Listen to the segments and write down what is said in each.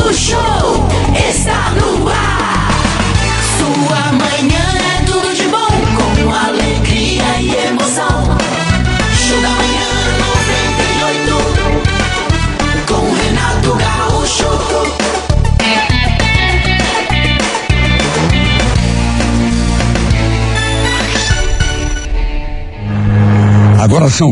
O show está no ar. Sua manhã é tudo de bom, com alegria e emoção. Show da manhã 98, com Renato Gaúcho. Agora são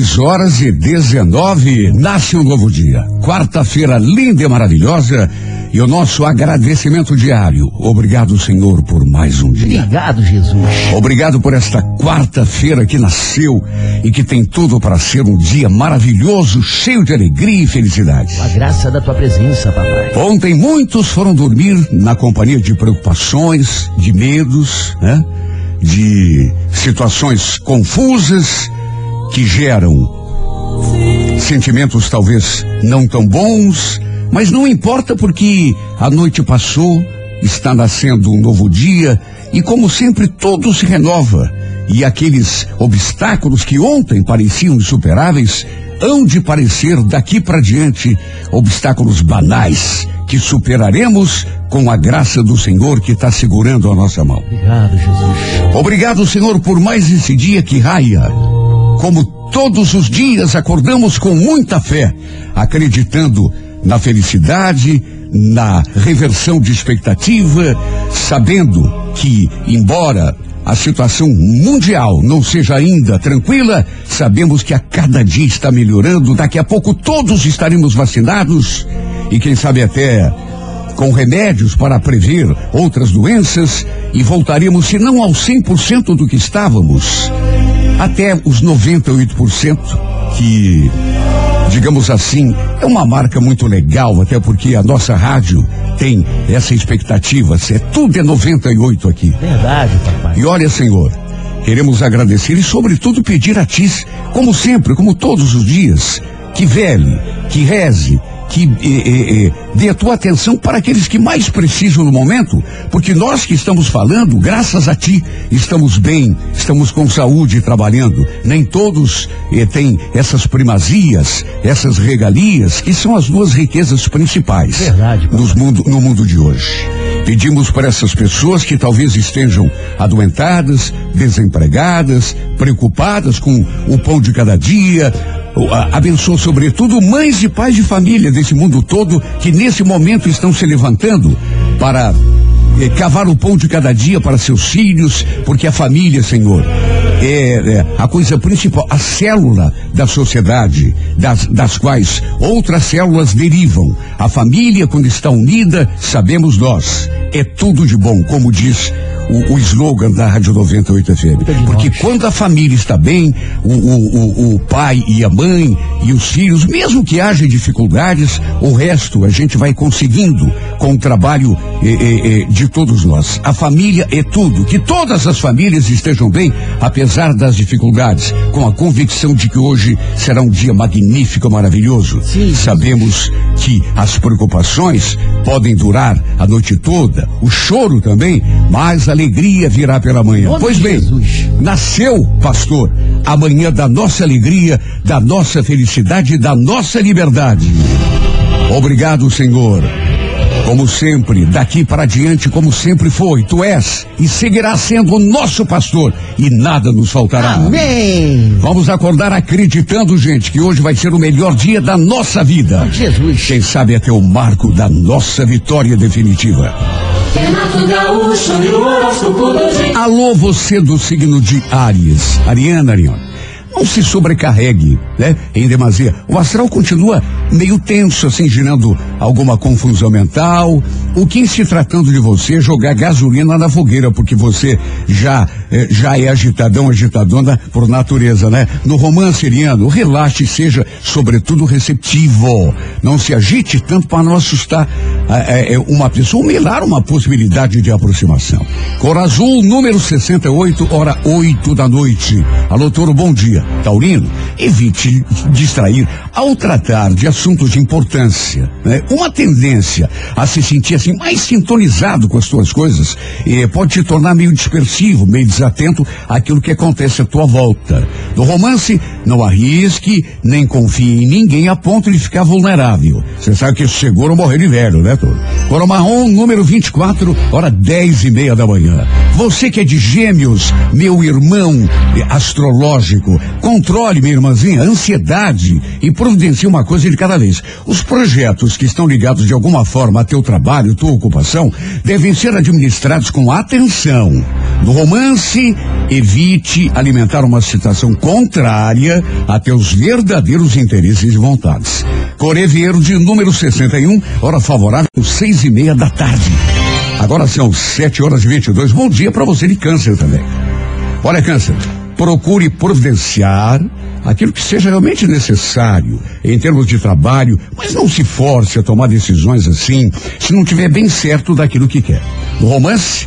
6h19, nasce um novo dia. Quarta-feira linda e maravilhosa e o nosso agradecimento diário. Obrigado, Senhor, por mais um dia. Obrigado, Jesus. Obrigado por esta quarta-feira que nasceu e que tem tudo para ser um dia maravilhoso, cheio de alegria e felicidade. Com a graça da tua presença, papai. Ontem muitos foram dormir na companhia de preocupações, de medos, né? De situações confusas que geram sentimentos talvez não tão bons, mas não importa porque a noite passou, está nascendo um novo dia e como sempre tudo se renova e aqueles obstáculos que ontem pareciam insuperáveis hão de parecer daqui para diante obstáculos banais que superaremos com a graça do Senhor que está segurando a nossa mão. Obrigado, Jesus. Obrigado, Senhor, por mais esse dia que raia. Como todos os dias acordamos com muita fé, acreditando na felicidade, na reversão de expectativa, sabendo que, embora a situação mundial não seja ainda tranquila, sabemos que a cada dia está melhorando, daqui a pouco todos estaremos vacinados e quem sabe até com remédios para prever outras doenças e voltaremos, se não ao 100% do que estávamos, até os 98%, que, digamos assim, é uma marca muito legal, até porque a nossa rádio tem essa expectativa, tudo é 98 aqui. Verdade, papai. E olha, Senhor, queremos agradecer e sobretudo pedir a Ti, como sempre, como todos os dias, que vele, que reze, que dê a tua atenção para aqueles que mais precisam no momento, porque nós que estamos falando, graças a Ti, estamos bem, estamos com saúde trabalhando. Nem todos têm essas primazias, essas regalias, que são as duas riquezas principais. Verdade, no mundo de hoje. Pedimos para essas pessoas que talvez estejam adoentadas, desempregadas, preocupadas com o pão de cada dia. Abençoa sobretudo mães e pais de família desse mundo todo que nesse momento estão se levantando para cavar o pão de cada dia para seus filhos, porque a família, Senhor, é a coisa principal, a célula da sociedade, das quais outras células derivam. A família, quando está unida, sabemos nós, é tudo de bom, como diz o slogan da Rádio 98 FM. Porque quando a família está bem, o pai e a mãe e os filhos, mesmo que haja dificuldades, o resto a gente vai conseguindo com o trabalho de todos nós. A família é tudo. Que todas as famílias estejam bem, apesar das dificuldades, com a convicção de que hoje será um dia magnífico, maravilhoso. Sim. Sabemos que as preocupações podem durar a noite toda, o choro também, mas a alegria virá pela manhã. Pois bem, nasceu, pastor, a manhã da nossa alegria, da nossa felicidade, da nossa liberdade. Obrigado, Senhor. Como sempre, daqui para diante, como sempre foi, Tu és e seguirás sendo o nosso pastor e nada nos faltará. Amém. Vamos acordar acreditando, gente, que hoje vai ser o melhor dia da nossa vida. Jesus. Quem sabe até o marco da nossa vitória definitiva. Renato Gaúcho e o horóscopo do dia. Alô, você do signo de Áries. Ariana. Não se sobrecarregue, né? Em demasia. O astral continua meio tenso, assim, gerando alguma confusão mental. O que, se tratando de você, jogar gasolina na fogueira, porque você já é agitadona por natureza, né? No romance ariano, relaxe e seja, sobretudo, receptivo. Não se agite tanto para não assustar uma pessoa, ou melar uma possibilidade de aproximação. Cor azul, número 68, hora 8 da noite. Alô, Touro, bom dia. Taurino, evite distrair ao tratar de assuntos de importância, né? Uma tendência a se sentir assim mais sintonizado com as suas coisas pode te tornar meio dispersivo, meio desatento àquilo que acontece à tua volta. No romance, não arrisque, nem confie em ninguém a ponto de ficar vulnerável. Você sabe que seguro morrer de velho, né, Toro? Coro Marrom, número 24, hora 10:30 da manhã. Você que é de Gêmeos, meu irmão astrológico, controle, minha irmãzinha, a ansiedade e providencie uma coisa de cada vez. Os projetos que estão ligados de alguma forma a teu trabalho, tua ocupação, devem ser administrados com atenção. No romance, evite alimentar uma situação contrária a teus verdadeiros interesses e vontades. Coré Verde, número 61, hora favorável, 6:30 da tarde. Agora são 7h22. Bom dia para você de Câncer também. Olha, Câncer, procure providenciar aquilo que seja realmente necessário em termos de trabalho, mas não se force a tomar decisões assim, se não tiver bem certo daquilo que quer. No romance,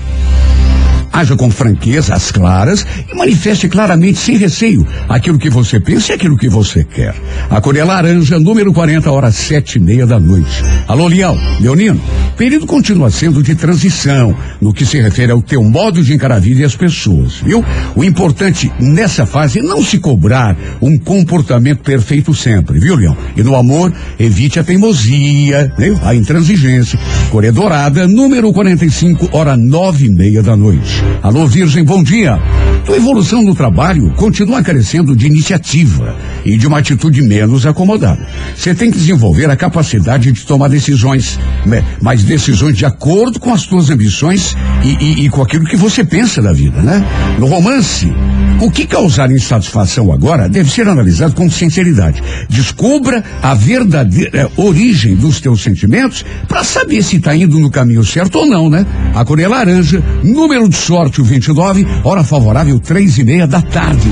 haja com franqueza, às claras, e manifeste claramente, sem receio, aquilo que você pensa e aquilo que você quer. A cor é laranja, número 40, hora 7:30 da noite. Alô, Leão, Leonino, o período continua sendo de transição, no que se refere ao teu modo de encarar a vida e as pessoas, viu? O importante nessa fase é não se cobrar um comportamento perfeito sempre, viu, Leão? E no amor, evite a teimosia, né? A intransigência. Cor é dourada, número 45, hora 9:30 da noite. Alô, Virgem, bom dia. Tua evolução no trabalho continua carecendo de iniciativa e de uma atitude menos acomodada. Você tem que desenvolver a capacidade de tomar decisões, né? Mas decisões de acordo com as tuas ambições e com aquilo que você pensa da vida, né? No romance, o que causar insatisfação agora deve ser analisado com sinceridade. Descubra a verdadeira origem dos teus sentimentos para saber se está indo no caminho certo ou não, né? A cor é laranja, número de sorte o 29, hora favorável 3:30 da tarde.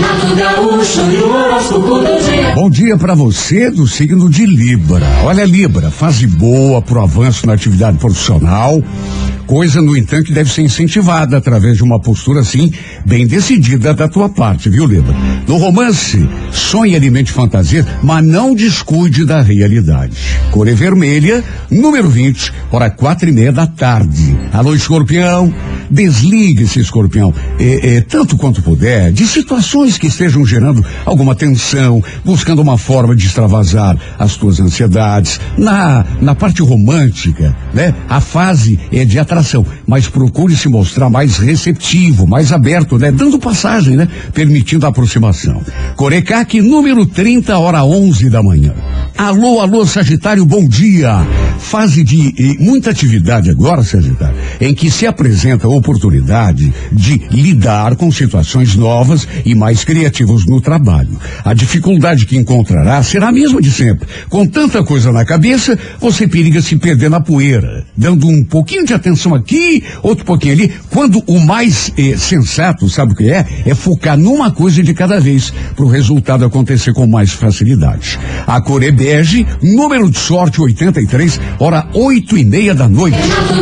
Bom dia para você do signo de Libra. Olha, Libra, fase boa pro avanço na atividade profissional. Coisa, no entanto, que deve ser incentivada através de uma postura, assim, bem decidida da tua parte, viu, Libra? No romance, sonhe, alimente fantasia, mas não descuide da realidade. Cor é vermelha, número 20, hora 4:30 da tarde. Alô, Escorpião, desligue-se, Escorpião, tanto quanto puder, de situações que estejam gerando alguma tensão, buscando uma forma de extravasar as tuas ansiedades. Na parte romântica, né? A fase é de atração, mas procure se mostrar mais receptivo, mais aberto, né? Dando passagem, né? Permitindo a aproximação. Corecaque, número 30, hora 11 da manhã. Alô, alô, Sagitário, bom dia. Fase de muita atividade agora, Sagitário, em que se apresenta a oportunidade de lidar com situações novas e mais criativas no trabalho. A dificuldade que encontrará será a mesma de sempre. Com tanta coisa na cabeça, você periga se perder na poeira, dando um pouquinho de atenção aqui, outro pouquinho ali, quando o mais sensato, sabe o que é? É focar numa coisa de cada vez, para o resultado acontecer com mais facilidade. A cor é bege, número de sorte 83, hora 8:30 da noite.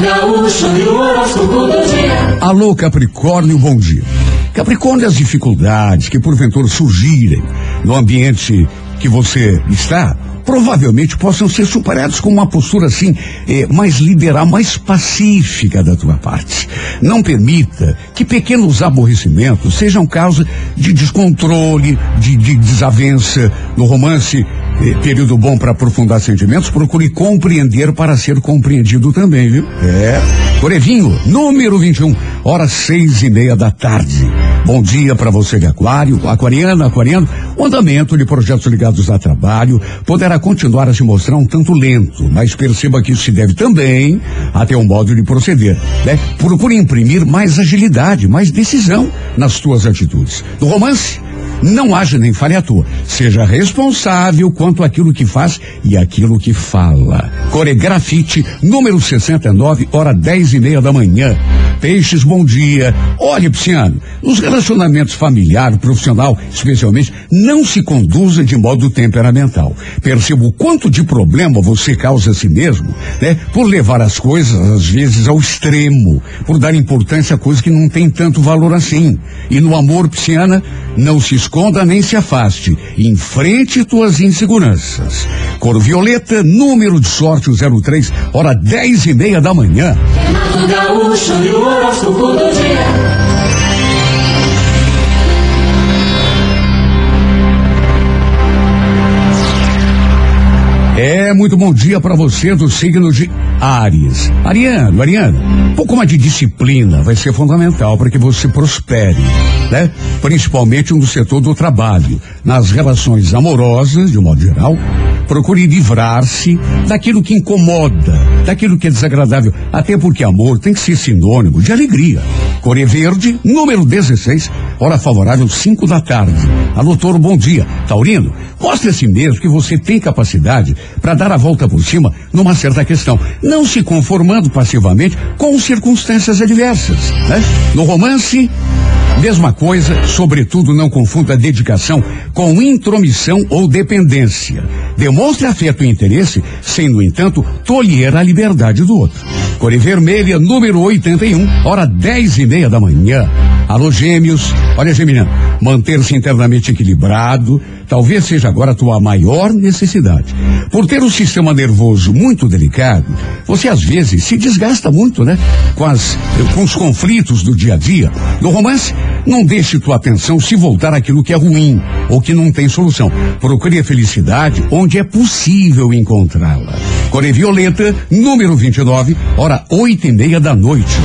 Alô, Capricórnio, bom dia. Capricórnio, as dificuldades que porventura surgirem no ambiente que você está, provavelmente possam ser superados com uma postura assim, mais liberal, mais pacífica da tua parte. Não permita que pequenos aborrecimentos sejam causa de descontrole, de desavença. No romance, período bom para aprofundar sentimentos, procure compreender para ser compreendido também, viu? Corevinho, número 21, hora 6:30 da tarde. Bom dia para você de Aquário, aquariano, o andamento de projetos ligados a trabalho poderá continuar a se mostrar um tanto lento, mas perceba que isso se deve também a teu modo de proceder, né? Procure imprimir mais agilidade, mais decisão nas tuas atitudes. No romance, não haja nem fale à toa. Seja responsável quanto àquilo que faz e àquilo que fala. Coregrafite, número 69, hora 10:30 da manhã. Peixes, bom dia. Olha, Pisciano, nos relacionamentos familiar, profissional, especialmente, não se conduza de modo temperamental. Perceba o quanto de problema você causa a si mesmo, né? Por levar as coisas, às vezes, ao extremo, por dar importância a coisas que não tem tanto valor assim. E no amor, Pisciana, não se esconda nem se afaste. Enfrente tuas inseguranças. Cor violeta, número de sorte, 03, hora 10:30 da manhã. Muito bom dia para você do signo de Áries. Ariana, um pouco mais de disciplina vai ser fundamental para que você prospere, né? Principalmente no setor do trabalho, nas relações amorosas, de um modo geral. Procure livrar-se daquilo que incomoda, daquilo que é desagradável, até porque amor tem que ser sinônimo de alegria. Cor verde, número 16, hora favorável 5 da tarde. Alô, Touro, bom dia. Taurino, mostre a si mesmo que você tem capacidade para dar a volta por cima numa certa questão, não se conformando passivamente com circunstâncias adversas, né? No romance, mesma coisa, sobretudo não confunda dedicação com intromissão ou dependência. Demonstre afeto e interesse, sem, no entanto, tolher a liberdade do outro. Cor vermelha, número 81, hora 10:30 da manhã. Alô, Gêmeos. Olha, Geminiano, manter-se internamente equilibrado talvez seja agora a tua maior necessidade. Por ter o sistema nervoso muito delicado, você às vezes se desgasta muito, né? Com os conflitos do dia a dia. No romance, não deixe tua atenção se voltar àquilo que é ruim ou que não tem solução. Procure a felicidade onde é possível encontrá-la. Cor violeta, número 29, hora 8:30 da noite.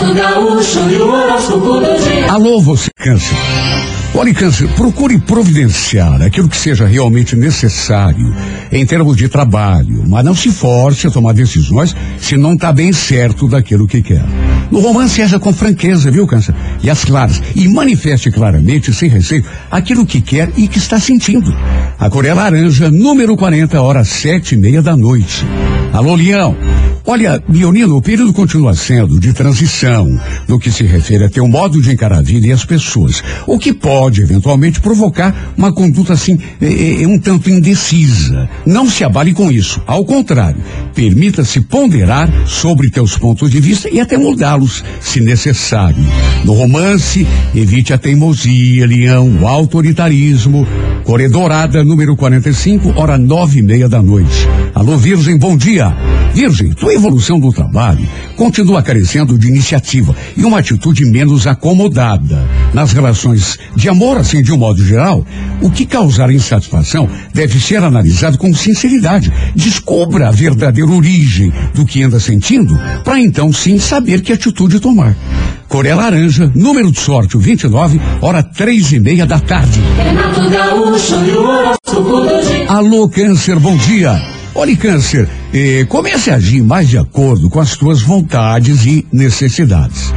Alô, você, Câncer. Olha, Câncer, procure providenciar aquilo que seja realmente necessário em termos de trabalho, mas não se force a tomar decisões se não está bem certo daquilo que quer. No romance, haja com franqueza, viu, Câncer? E as claras. E manifeste claramente, sem receio, aquilo que quer e que está sentindo. A cor é laranja, número 40, hora 7:30 da noite. Alô, Leão. Olha, Leonino, o período continua sendo de transição no que se refere a teu modo de encarar a vida e as pessoas, o que pode eventualmente provocar uma conduta assim, um tanto indecisa. Não se abale com isso, ao contrário, permita-se ponderar sobre teus pontos de vista e até mudá-los, se necessário. No romance, evite a teimosia, Leão, o autoritarismo. Cor dourada, número 45, hora 9:30 da noite. Alô, Virgem, bom dia. Virgem, tua evolução do trabalho continua carecendo de iniciativa e uma atitude menos acomodada. Nas relações de amor, assim, de um modo geral, o que causar insatisfação deve ser analisado com sinceridade. Descubra a verdadeira origem do que anda sentindo, para então sim saber que atitude tomar. Cor é laranja, número de sorte, o 29, hora 3:30 da tarde. Alô, Câncer, bom dia. Olha, Câncer, comece a agir mais de acordo com as tuas vontades e necessidades.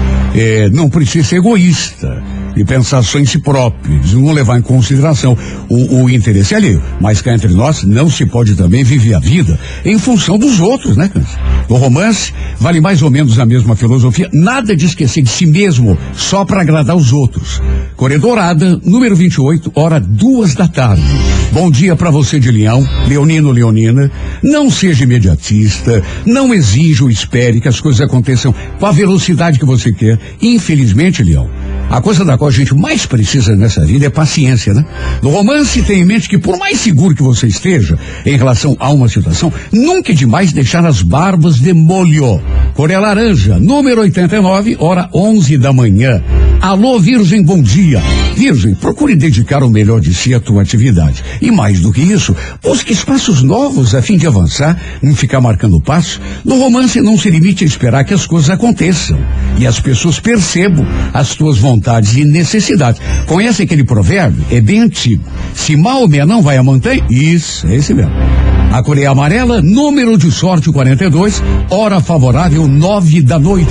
Não precisa ser egoísta e pensar só em si próprio, de não levar em consideração o interesse alheio. Mas cá entre nós, não se pode também viver a vida em função dos outros, né, Câncer? No romance, vale mais ou menos a mesma filosofia, nada de esquecer de si mesmo só para agradar os outros. Cor dourada, número 28, hora 2 da tarde. Bom dia para você de Leão, Leonino, Leonina. Não seja imediatista, não exija ou espere que as coisas aconteçam com a velocidade que você quer. Infelizmente, Leão, a coisa da qual a gente mais precisa nessa vida é paciência, né? No romance, tenha em mente que por mais seguro que você esteja em relação a uma situação, nunca é demais deixar as barbas de molho. Cor é laranja, número 89, hora 11 da manhã. Alô, Virgem, bom dia. Virgem, procure dedicar o melhor de si à tua atividade. E mais do que isso, busque espaços novos a fim de avançar, não ficar marcando passo. No romance, não se limite a esperar que as coisas aconteçam e as pessoas percebam as tuas vontades e necessidades. Conhece aquele provérbio? É bem antigo. Se Maomé não vai à montanha, isso, é esse mesmo. A cor é amarela, número de sorte 42, hora favorável 9 da noite.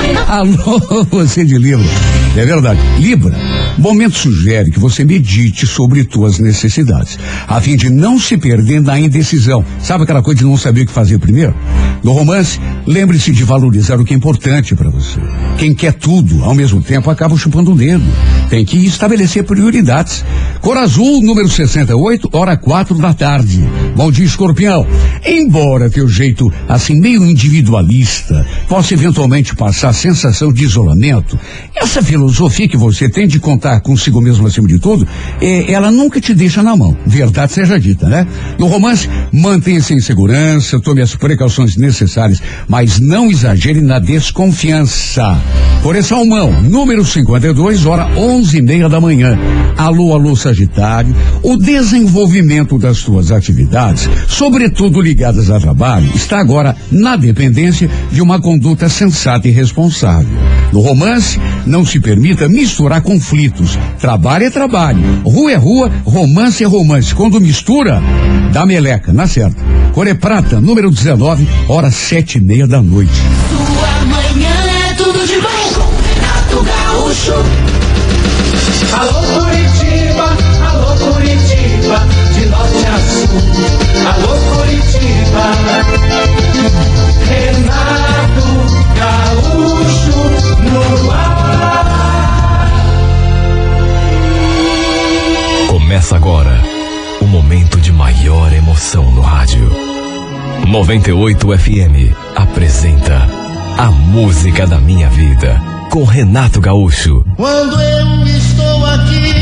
Alô, você de Libra. É verdade. Libra, momento sugere que você medite sobre tuas necessidades, a fim de não se perder na indecisão. Sabe aquela coisa de não saber o que fazer primeiro? No romance, lembre-se de valorizar o que é importante para você. Quem quer tudo, ao mesmo tempo, acaba chupando o dedo. Tem que estabelecer prioridades. Cor azul, número 68, hora 4 da tarde. Bom dia, Escorpião. Embora teu jeito, assim, meio individualista, possa eventualmente passar a sensação de isolamento, essa filosofia que você tem de contar consigo mesmo acima de tudo, ela nunca te deixa na mão. Verdade seja dita, né? No romance, mantenha-se em segurança, tome as precauções necessárias necessárias, mas não exagere na desconfiança. Correção mão, número 52, hora 11:30 da manhã. Alô, Sagitário. O desenvolvimento das suas atividades, sobretudo ligadas a trabalho, está agora na dependência de uma conduta sensata e responsável. No romance, não se permita misturar conflitos. Trabalho é trabalho, rua é rua, romance é romance. Quando mistura, dá meleca, na certa. Cor é prata, número 19, hora 7:30 da noite. Sua manhã é tudo de bom com Renato Gaúcho. Alô Curitiba, de norte a sul. Alô Curitiba, Renato Gaúcho no ar. Começa agora o momento de maior emoção no rádio. 98 FM apresenta A Música da Minha Vida, com Renato Gaúcho. Quando eu estou aqui,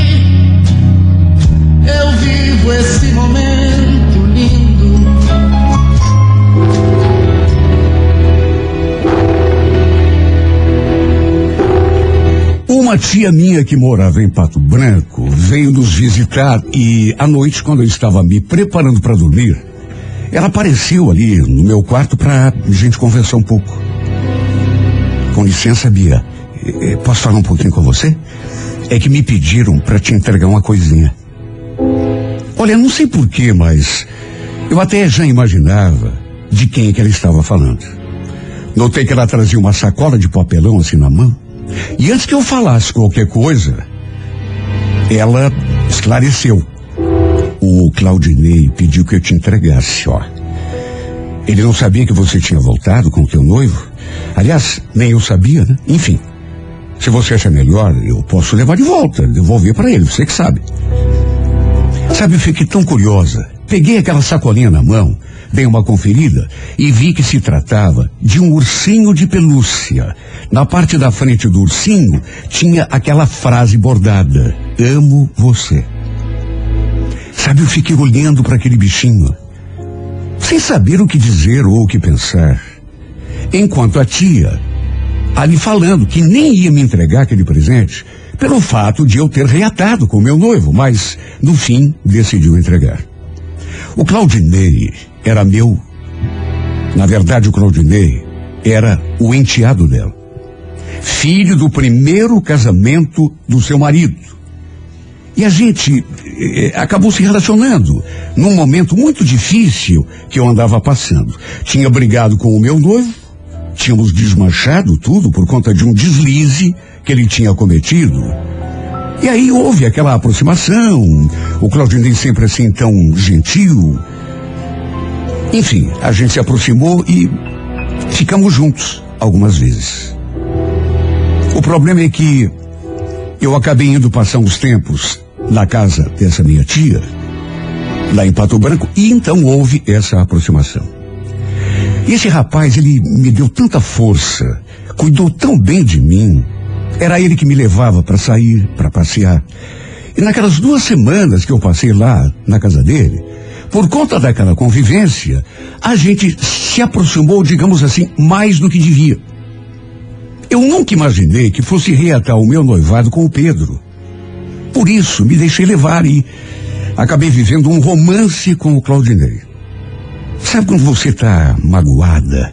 eu vivo esse momento lindo. Uma tia minha que morava em Pato Branco veio nos visitar e à noite, quando eu estava me preparando para dormir, ela apareceu ali no meu quarto para a gente conversar um pouco. Com licença, Bia, posso falar um pouquinho com você? É que me pediram para te entregar uma coisinha. Olha, não sei porquê, mas eu até já imaginava de quem é que ela estava falando. Notei que ela trazia uma sacola de papelão assim na mão. E antes que eu falasse qualquer coisa, ela esclareceu. O Claudinei pediu que eu te entregasse, ó. Ele não sabia que você tinha voltado com o teu noivo. Aliás, nem eu sabia, né? Enfim, se você acha melhor, eu posso levar de volta, devolver para ele, você que sabe. Sabe, eu fiquei tão curiosa. Peguei aquela sacolinha na mão, dei uma conferida e vi que se tratava de um ursinho de pelúcia. Na parte da frente do ursinho tinha aquela frase bordada: amo você. Sabe, eu fiquei olhando para aquele bichinho, sem saber o que dizer ou o que pensar. Enquanto a tia, ali falando que nem ia me entregar aquele presente, pelo fato de eu ter reatado com meu noivo, mas, no fim, decidiu entregar. O Claudinei era meu. Na verdade, o Claudinei era o enteado dela. Filho do primeiro casamento do seu marido. E a gente acabou se relacionando num momento muito difícil que eu andava passando. Tinha brigado com o meu noivo, tínhamos desmanchado tudo por conta de um deslize que ele tinha cometido. E aí houve aquela aproximação, o Claudinei sempre assim tão gentil. Enfim, a gente se aproximou e ficamos juntos algumas vezes. O problema é que eu acabei indo passar uns tempos na casa dessa minha tia, lá em Pato Branco, e então houve essa aproximação. E esse rapaz, ele me deu tanta força, cuidou tão bem de mim. Era ele que me levava para sair, para passear. E naquelas 2 semanas que eu passei lá na casa dele, por conta daquela convivência, a gente se aproximou, digamos assim, mais do que devia. Eu nunca imaginei que fosse reatar o meu noivado com o Pedro. Por isso, me deixei levar e acabei vivendo um romance com o Claudinei. Sabe quando você tá magoada?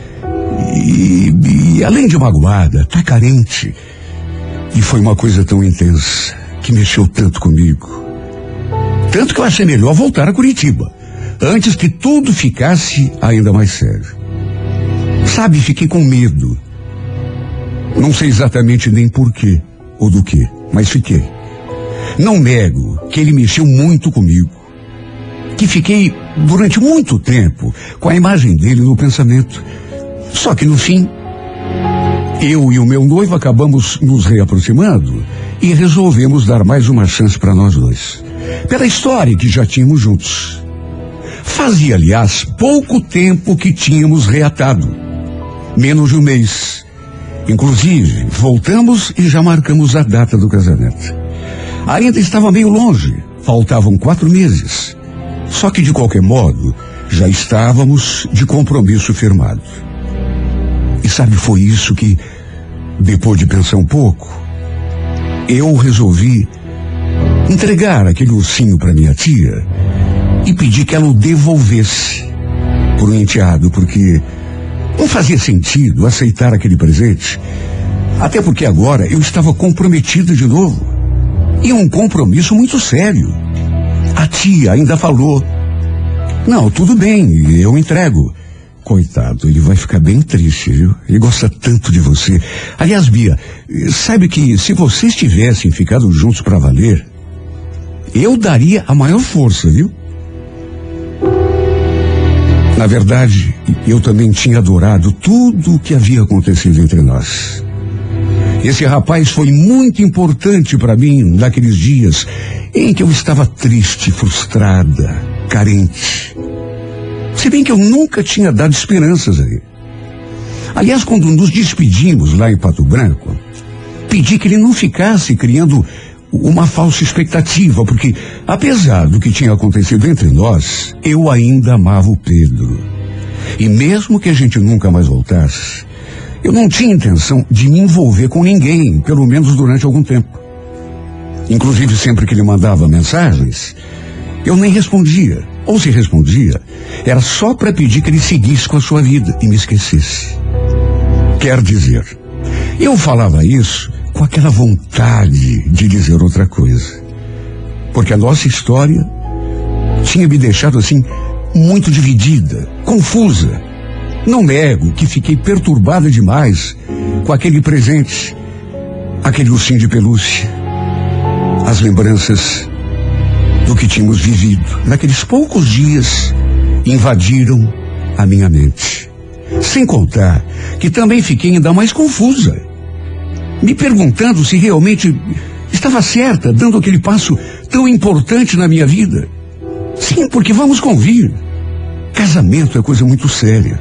E além de magoada, tá carente. E foi uma coisa tão intensa, que mexeu tanto comigo. Tanto que eu achei melhor voltar a Curitiba, antes que tudo ficasse ainda mais sério. Sabe, fiquei com medo. Não sei exatamente nem porquê ou do que, mas fiquei. Não nego que ele mexeu muito comigo. Que fiquei durante muito tempo com a imagem dele no pensamento. Só que no fim, eu e o meu noivo acabamos nos reaproximando e resolvemos dar mais uma chance para nós dois. Pela história que já tínhamos juntos. Fazia, aliás, pouco tempo que tínhamos reatado. Menos de um mês. Inclusive, voltamos e já marcamos a data do casamento. Ainda estava meio longe, faltavam 4 meses. Só que, de qualquer modo, Já estávamos de compromisso firmado. E sabe, foi isso que, depois de pensar um pouco, eu resolvi entregar aquele ursinho para minha tia e pedir que ela o devolvesse por um enteado, porque não fazia sentido aceitar aquele presente, até porque agora eu estava comprometida de novo, e um compromisso muito sério. A tia ainda falou: não, tudo bem, eu entrego. Coitado, ele vai ficar bem triste, viu? Ele gosta tanto de você. Aliás, Bia, sabe que se vocês tivessem ficado juntos para valer, eu daria a maior força, viu? Na verdade, eu também tinha adorado tudo o que havia acontecido entre nós. Esse rapaz foi muito importante para mim naqueles dias em que eu estava triste, frustrada, carente. Se bem que eu nunca tinha dado esperanças a ele. Aliás, quando nos despedimos lá em Pato Branco, pedi que ele não ficasse criando uma falsa expectativa, porque, apesar do que tinha acontecido entre nós, eu ainda amava o Pedro. E mesmo que a gente nunca mais voltasse, eu não tinha intenção de me envolver com ninguém, pelo menos durante algum tempo. Inclusive, sempre que ele mandava mensagens, eu nem respondia. Ou se respondia, era só para pedir que ele seguisse com a sua vida e me esquecesse. Quer dizer, eu falava isso com aquela vontade de dizer outra coisa. Porque a nossa história tinha me deixado assim, muito dividida, confusa. Não nego que fiquei perturbada demais com aquele presente, aquele ursinho de pelúcia, as lembranças do que tínhamos vivido naqueles poucos dias invadiram a minha mente. Sem contar que também fiquei ainda mais confusa, me perguntando se realmente estava certa, dando aquele passo tão importante na minha vida. Sim, porque vamos convir, casamento é coisa muito séria.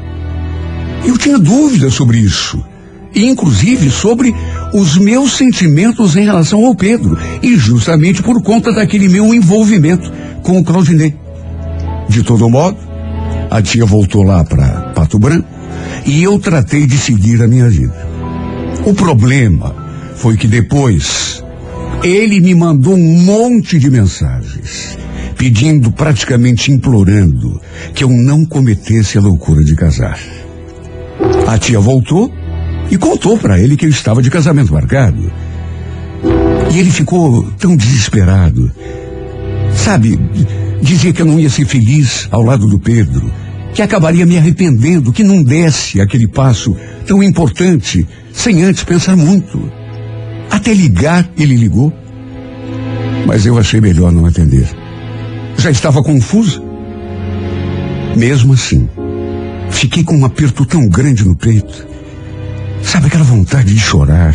Eu tinha dúvidas sobre isso, e inclusive sobre os meus sentimentos em relação ao Pedro, e justamente por conta daquele meu envolvimento com o Claudinei. De todo modo, a tia voltou lá para Pato Branco e eu tratei de seguir a minha vida. O problema foi que depois ele me mandou um monte de mensagens, pedindo, praticamente implorando, que eu não cometesse a loucura de casar. A tia voltou e contou para ele que eu estava de casamento marcado. E ele ficou tão desesperado. Sabe, dizia que eu não ia ser feliz ao lado do Pedro, que acabaria me arrependendo, que não desse aquele passo tão importante, sem antes pensar muito. Até ligar, ele ligou. Mas eu achei melhor não atender. Já estava confusa. Mesmo assim, fiquei com um aperto tão grande no peito. Sabe aquela vontade de chorar?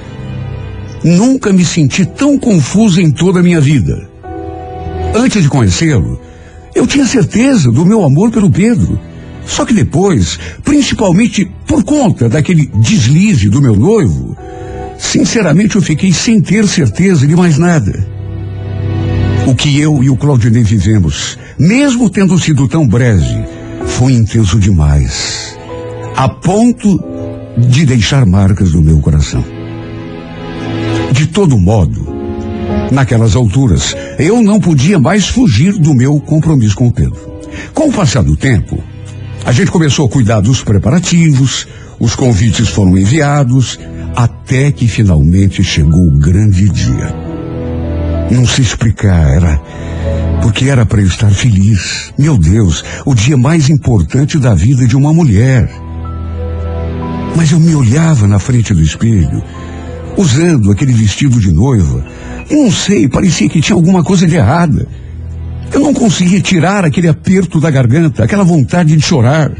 Nunca me senti tão confusa em toda a minha vida. Antes de conhecê-lo, eu tinha certeza do meu amor pelo Pedro. Só que depois, principalmente por conta daquele deslize do meu noivo, sinceramente eu fiquei sem ter certeza de mais nada. O que eu e o Claudinei vivemos, mesmo tendo sido tão breve, foi intenso demais, a ponto de deixar marcas no meu coração. De todo modo, naquelas alturas, eu não podia mais fugir do meu compromisso com o Pedro. Com o passar do tempo, a gente começou a cuidar dos preparativos, os convites foram enviados, até que finalmente chegou o grande dia. Não sei explicar, porque era para eu estar feliz. Meu Deus, o dia mais importante da vida de uma mulher. Mas eu me olhava na frente do espelho, usando aquele vestido de noiva. Não sei, parecia que tinha alguma coisa de errada. Eu não conseguia tirar aquele aperto da garganta, aquela vontade de chorar.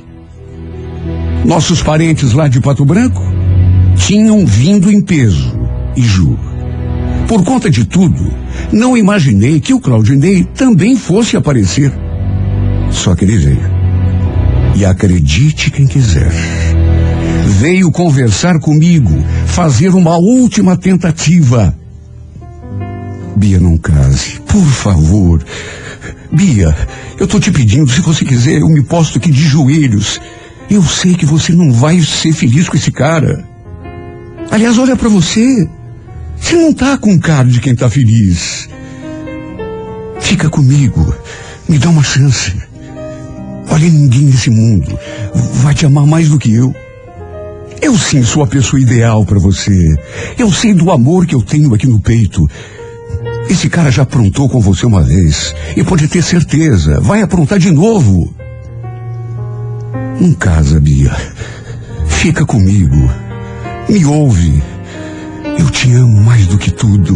Nossos parentes lá de Pato Branco tinham vindo em peso, e juro, por conta de tudo, não imaginei que o Claudinei também fosse aparecer. Só que ele veio. E acredite quem quiser, veio conversar comigo, fazer uma última tentativa. Bia, não case, por favor. Bia, eu tô te pedindo, se você quiser, eu me posto aqui de joelhos. Eu sei que você não vai ser feliz com esse cara. Aliás, olha pra você. Você não tá com cara de quem tá feliz. Fica comigo. Me dá uma chance. Olha, ninguém nesse mundo vai te amar mais do que eu. Eu sim sou a pessoa ideal pra você. Eu sei do amor que eu tenho aqui no peito. Esse cara já aprontou com você uma vez. E pode ter certeza, vai aprontar de novo. Não casa, Bia. Fica comigo. Me ouve. Eu te amo mais do que tudo.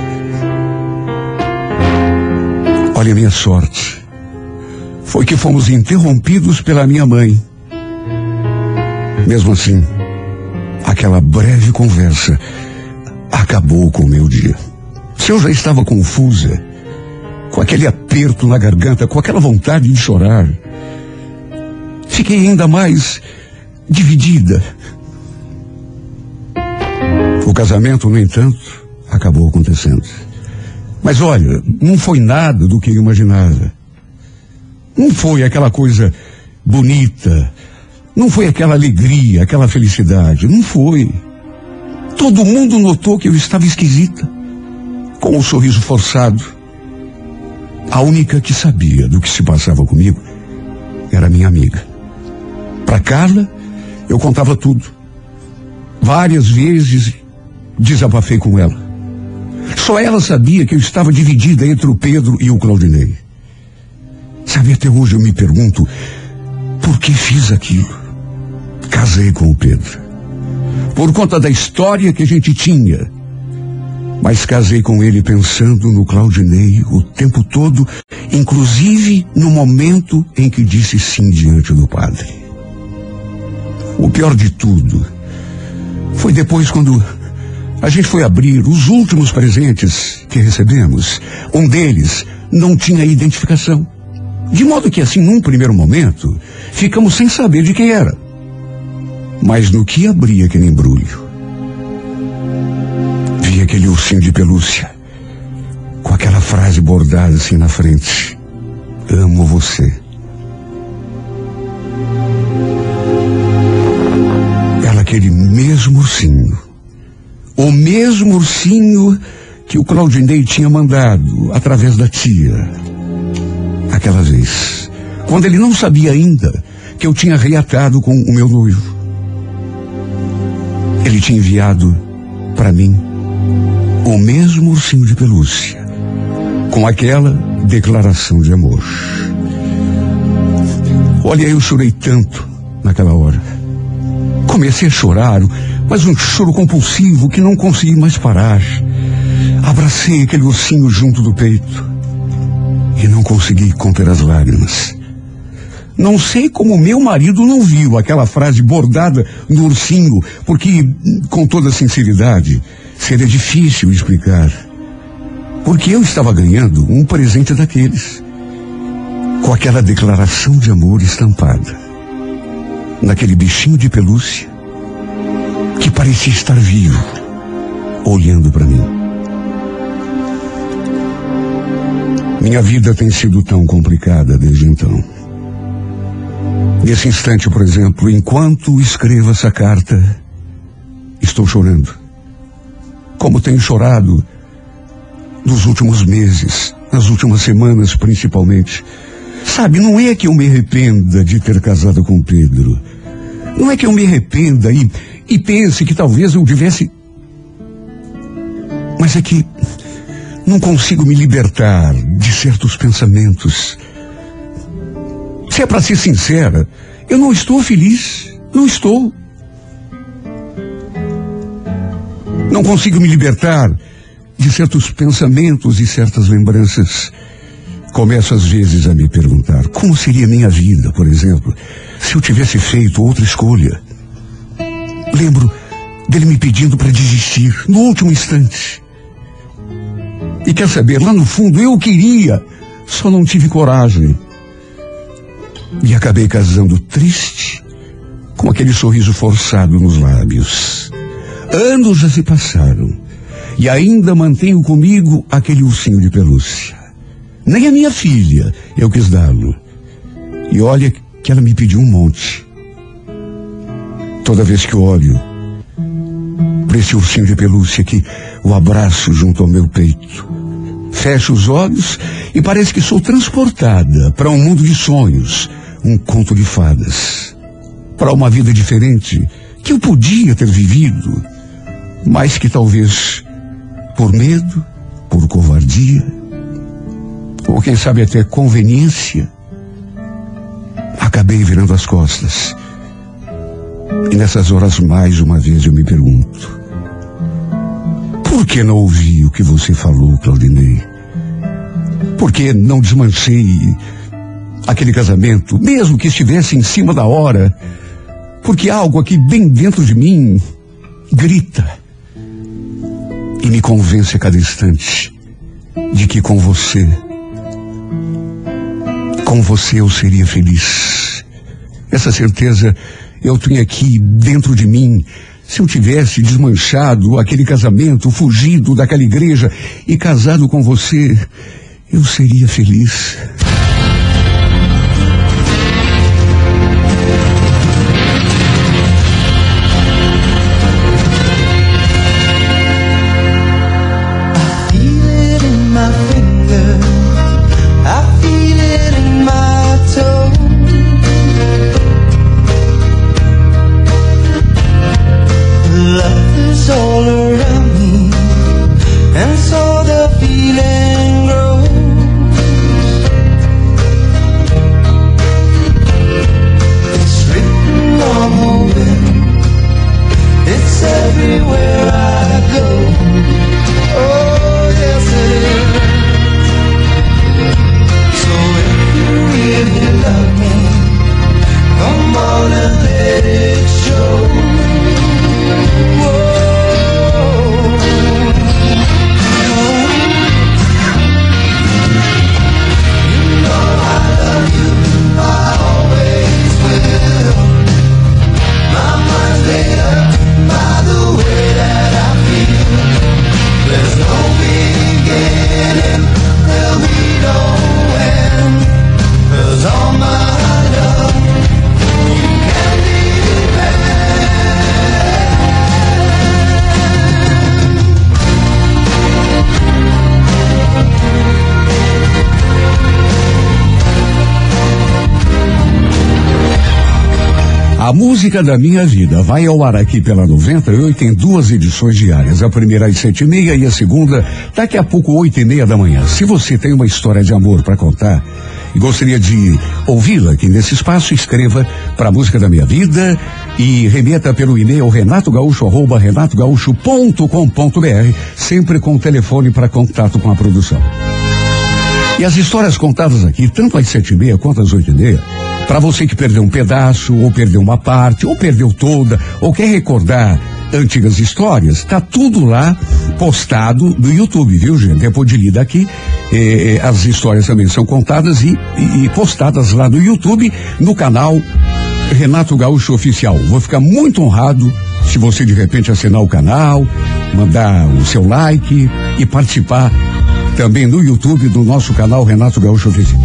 Olha a minha sorte. Foi que fomos interrompidos pela minha mãe. Mesmo assim, aquela breve conversa acabou com o meu dia. Se eu já estava confusa, com aquele aperto na garganta, com aquela vontade de chorar, fiquei ainda mais dividida. O casamento, no entanto, acabou acontecendo. Mas olha, não foi nada do que eu imaginava. Não foi aquela coisa bonita, não foi aquela alegria, aquela felicidade, não foi. Todo mundo notou que eu estava esquisita, com um sorriso forçado. A única que sabia do que se passava comigo era minha amiga. Para Carla, eu contava tudo. Várias vezes desabafei com ela. Só ela sabia que eu estava dividida entre o Pedro e o Claudinei. Sabe, até hoje eu me pergunto por que fiz aquilo. Casei com o Pedro por conta da história que a gente tinha, mas casei com ele pensando no Claudinei o tempo todo, inclusive no momento em que disse sim diante do padre. O pior de tudo foi depois, quando a gente foi abrir os últimos presentes que recebemos. Um deles não tinha identificação. De modo que, assim, num primeiro momento, ficamos sem saber de quem era. Mas no que abri aquele embrulho, vi aquele ursinho de pelúcia, com aquela frase bordada assim na frente: amo você. Era aquele mesmo ursinho. O mesmo ursinho que o Claudinei tinha mandado através da tia. Aquela vez, quando ele não sabia ainda que eu tinha reatado com o meu noivo. Ele tinha enviado para mim o mesmo ursinho de pelúcia, com aquela declaração de amor. Olha, eu chorei tanto naquela hora. Comecei a chorar, mas um choro compulsivo que não consegui mais parar. Abracei aquele ursinho junto do peito e não consegui conter as lágrimas. Não sei como meu marido não viu aquela frase bordada no ursinho, porque, com toda sinceridade, seria difícil explicar. Porque eu estava ganhando um presente daqueles, com aquela declaração de amor estampada naquele bichinho de pelúcia que parecia estar vivo, olhando para mim. Minha vida tem sido tão complicada desde então. Nesse instante, por exemplo, enquanto escrevo essa carta, estou chorando. Como tenho chorado nos últimos meses, nas últimas semanas principalmente. Sabe, não é que eu me arrependa de ter casado com o Pedro. Não é que eu me arrependa e pense que talvez eu tivesse... Mas é que não consigo me libertar de certos pensamentos. Se é para ser sincera, eu não estou feliz. Não estou. Não consigo me libertar de certos pensamentos e certas lembranças. Começo às vezes a me perguntar como seria minha vida, por exemplo, se eu tivesse feito outra escolha. Lembro dele me pedindo para desistir no último instante. E quer saber, lá no fundo eu queria, só não tive coragem. E acabei casando triste, com aquele sorriso forçado nos lábios. Anos já se passaram e ainda mantenho comigo aquele ursinho de pelúcia. Nem a minha filha eu quis dá-lo. E olha que ela me pediu um monte. Toda vez que eu olho para esse ursinho de pelúcia que o abraço junto ao meu peito, fecho os olhos e parece que sou transportada para um mundo de sonhos, um conto de fadas, para uma vida diferente que eu podia ter vivido, mas que talvez por medo, por covardia, ou quem sabe até conveniência, acabei virando as costas. E nessas horas, mais uma vez, eu me pergunto: por que não ouvi o que você falou, Claudinei? Por que não desmanchei aquele casamento, mesmo que estivesse em cima da hora? Porque algo aqui bem dentro de mim grita e me convence a cada instante de que com você eu seria feliz. Essa certeza eu tenho aqui dentro de mim. Se eu tivesse desmanchado aquele casamento, fugido daquela igreja e casado com você, eu seria feliz. A música da minha vida vai ao ar aqui pela 98 em 2 edições diárias. A primeira às 7h30 e a segunda daqui a pouco 8h30 da manhã. Se você tem uma história de amor para contar e gostaria de ouvi-la aqui nesse espaço, escreva para a música da minha vida e remeta pelo e-mail renatogaúcho@renatogaúcho.com.br, sempre com o telefone para contato com a produção. E as histórias contadas aqui, tanto às 7h30 quanto às 8h30, para você que perdeu um pedaço, ou perdeu uma parte, ou perdeu toda, ou quer recordar antigas histórias, tá tudo lá postado no YouTube, viu, gente? Depois de ler aqui, as histórias também são contadas e postadas lá no YouTube, no canal Renato Gaúcho Oficial. Vou ficar muito honrado se você de repente assinar o canal, mandar o seu like e participar também no YouTube do nosso canal Renato Gaúcho Oficial.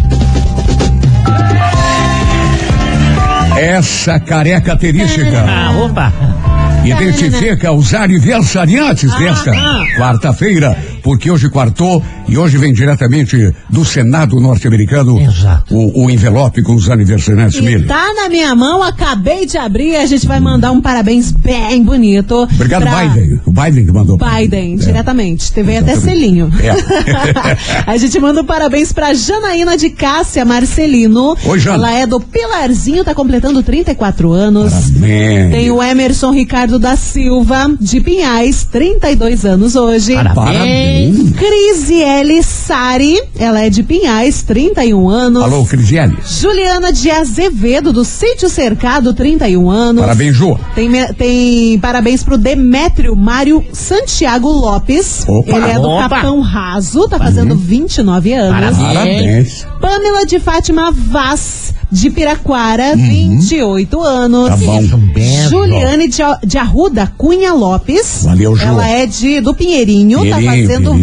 Essa característica identifica os aniversariantes desta quarta-feira, porque hoje quartou e hoje vem diretamente do Senado norte-americano o envelope com os aniversariantes. E tá na minha mão, acabei de abrir e a gente vai mandar um parabéns bem bonito. Obrigado, Biden. O Biden que mandou. Biden, diretamente. Teve até selinho. A gente manda um parabéns pra Janaína de Cássia Marcelino. Oi, Jana. Ela é do Pilarzinho, tá completando 34 anos. Parabéns. Tem o Emerson Ricardo da Silva, de Pinhais, 32 anos hoje. Parabéns. Crisiele Sari, ela é de Pinhais, 31 anos. Alô, Crisiele. Juliana de Azevedo, do Sítio Cercado, 31 anos. Parabéns, Ju. Tem parabéns pro Demétrio Mário Santiago Lopes. Opa. Ele é do Capão Raso, tá fazendo 29 anos. Parabéns. Pamela de Fátima Vaz, de Piraquara, 28 anos. Tá bom. Juliane de Arruda Cunha Lopes. Valeu, Ju. Ela é do Pinheirinho, tá fazendo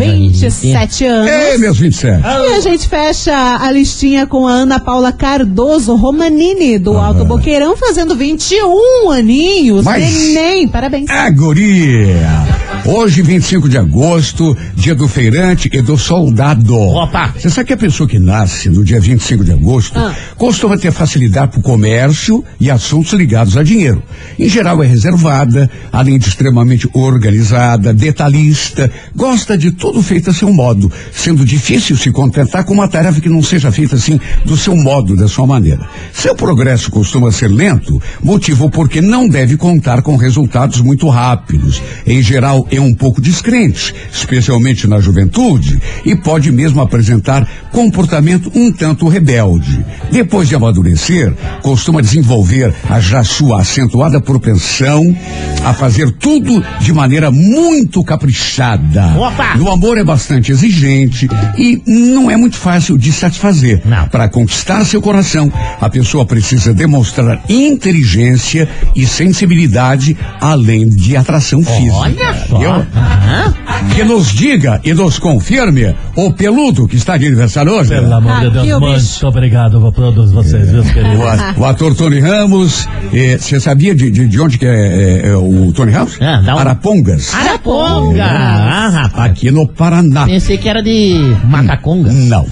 27 anos. Ei, meus 27. E a gente fecha a listinha com a Ana Paula Cardoso Romanini, do Alto Boqueirão, fazendo 21 aninhos. Neném, parabéns. Guria. Hoje, 25 de agosto, dia do feirante e do soldado. Opa! Você sabe que a pessoa que nasce no dia 25 de agosto costuma ter facilidade para o comércio e assuntos ligados a dinheiro. Em geral é reservada, além de extremamente organizada, detalhista, gosta de tudo feito a seu modo, sendo difícil se contentar com uma tarefa que não seja feita assim do seu modo, da sua maneira. Seu progresso costuma ser lento, motivo porque não deve contar com resultados muito rápidos. Em geral é um pouco descrente, especialmente na juventude, e pode mesmo apresentar comportamento um tanto rebelde. Depois de amadurecer, costuma desenvolver a já sua acentuada propensão a fazer tudo de maneira muito caprichada. Opa! No amor é bastante exigente e não é muito fácil de satisfazer. Para conquistar seu coração, a pessoa precisa demonstrar inteligência e sensibilidade, além de atração física. Olha só. Que nos diga e nos confirme o peludo que está de aniversário hoje. Pelo amor de Deus, muito obrigado a todos vocês, meus queridos. O ator Tony Ramos, você sabia de onde que é o Tony Ramos? Arapongas. Araponga! Rapaz. Aqui no Paraná. Pensei que era de Macaconga. Não.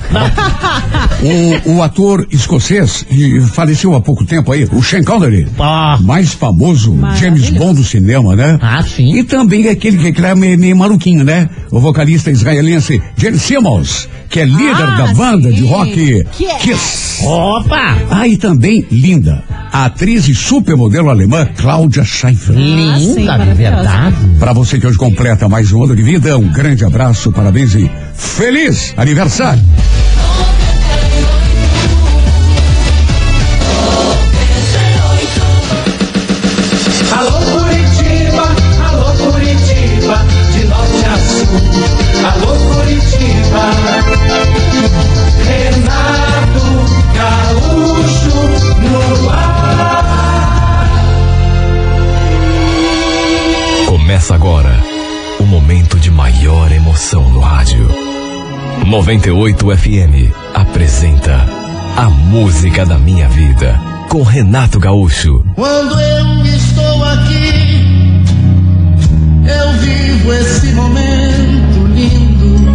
O ator escocês, faleceu há pouco tempo aí, o Sean Connery, mais famoso James Bond do cinema, né? Sim. E também aquele que é meio maluquinho, né? O vocalista israelense Gene Simmons, que é líder da banda de rock Kiss. Opa! E também linda, a atriz e supermodelo alemã Cláudia Schiffer. Linda, de verdade. Pra você que hoje completa mais um ano de vida, um grande abraço, parabéns e feliz aniversário! De norte a sul, alô Curitiba, Renato Gaúcho no ar. Começa agora o momento de maior emoção no rádio. 98 FM apresenta A Música da Minha Vida, com Renato Gaúcho. Quando eu estou aqui, eu vivo esse momento lindo.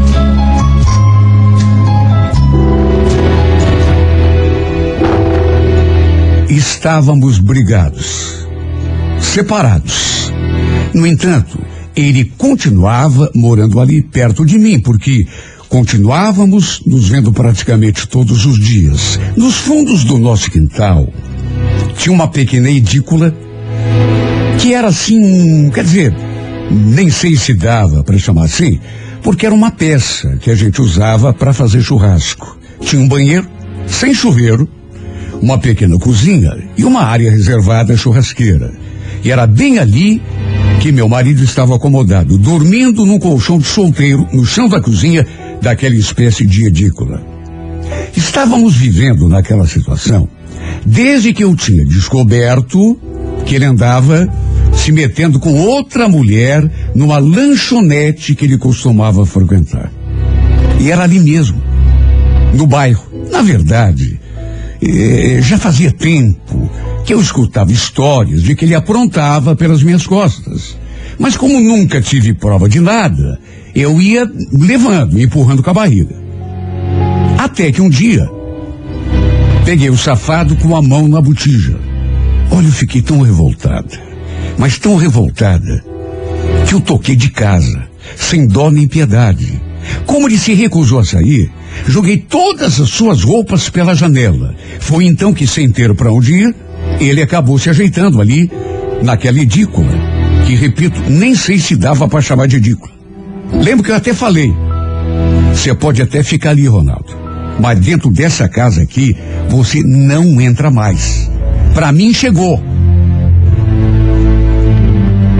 Estávamos brigados, separados. No entanto, ele continuava morando ali perto de mim, porque continuávamos nos vendo praticamente todos os dias. Nos fundos do nosso quintal, tinha uma pequena edícula que era assim, quer dizer, nem sei se dava para chamar assim, porque era uma peça que a gente usava para fazer churrasco. Tinha um banheiro, sem chuveiro, uma pequena cozinha e uma área reservada à churrasqueira. E era bem ali que meu marido estava acomodado, dormindo num colchão de solteiro no chão da cozinha daquela espécie de edícula. Estávamos vivendo naquela situação desde que eu tinha descoberto que ele andava se metendo com outra mulher numa lanchonete que ele costumava frequentar. E era ali mesmo, no bairro. Na verdade, já fazia tempo que eu escutava histórias de que ele aprontava pelas minhas costas. Mas como nunca tive prova de nada, eu ia levando, empurrando com a barriga. Até que um dia, peguei o safado com a mão na botija. Olha, eu fiquei tão revoltada, mas tão revoltada, que eu toquei de casa, sem dó nem piedade. Como ele se recusou a sair, joguei todas as suas roupas pela janela. Foi então que, sem ter para onde ir, ele acabou se ajeitando ali, naquela edícula, que, repito, nem sei se dava para chamar de edícula. Lembro que eu até falei, você pode até ficar ali, Ronaldo, mas dentro dessa casa aqui, você não entra mais. Pra mim chegou.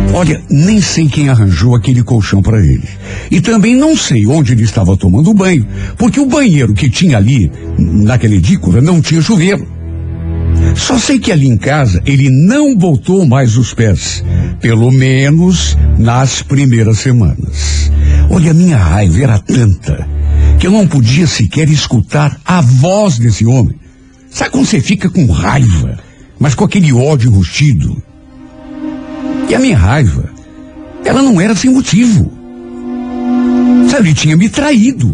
Olha, nem sei quem arranjou aquele colchão para ele. E também não sei onde ele estava tomando banho, porque o banheiro que tinha ali, naquela edícula, não tinha chuveiro. Só sei que ali em casa ele não botou mais os pés, pelo menos nas primeiras semanas. Olha, a minha raiva era tanta que eu não podia sequer escutar a voz desse homem. Sabe quando você fica com raiva, mas com aquele ódio enrustido? E a minha raiva, ela não era sem motivo. Sabe, ele tinha me traído.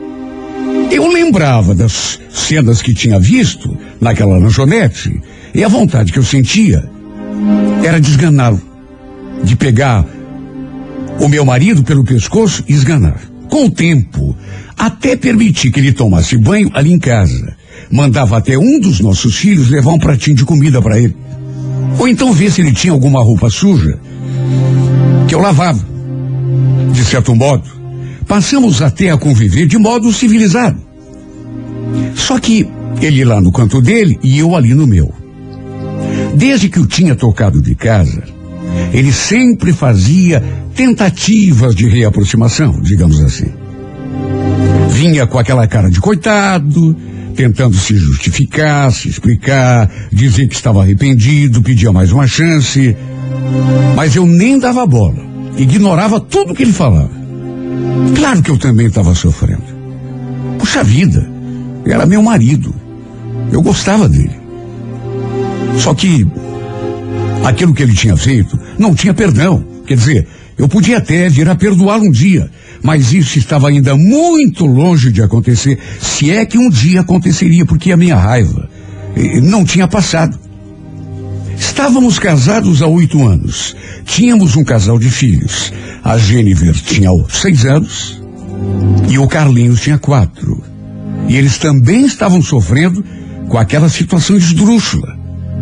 Eu lembrava das cenas que tinha visto naquela lanchonete, e a vontade que eu sentia era de esganá-lo, de pegar o meu marido pelo pescoço e esganar. Com o tempo, até permiti que ele tomasse banho ali em casa. Mandava até um dos nossos filhos levar um pratinho de comida para ele. Ou então ver se ele tinha alguma roupa suja, que eu lavava. De certo modo, passamos até a conviver de modo civilizado. Só que ele lá no canto dele e eu ali no meu. Desde que eu tinha tocado de casa, ele sempre fazia tentativas de reaproximação, digamos assim. Vinha com aquela cara de coitado, tentando se justificar, se explicar, dizer que estava arrependido, pedia mais uma chance. Mas eu nem dava bola, ignorava tudo que ele falava. Claro que eu também estava sofrendo. Puxa vida, era meu marido. Eu gostava dele. Só que aquilo que ele tinha feito não tinha perdão. Quer dizer, eu podia até vir a perdoá-lo um dia, mas isso estava ainda muito longe de acontecer, se é que um dia aconteceria, porque a minha raiva não tinha passado. Estávamos casados há 8 anos. Tínhamos um casal de filhos. A Jennifer tinha 6 anos e o Carlinhos tinha 4. E eles também estavam sofrendo com aquela situação esdrúxula.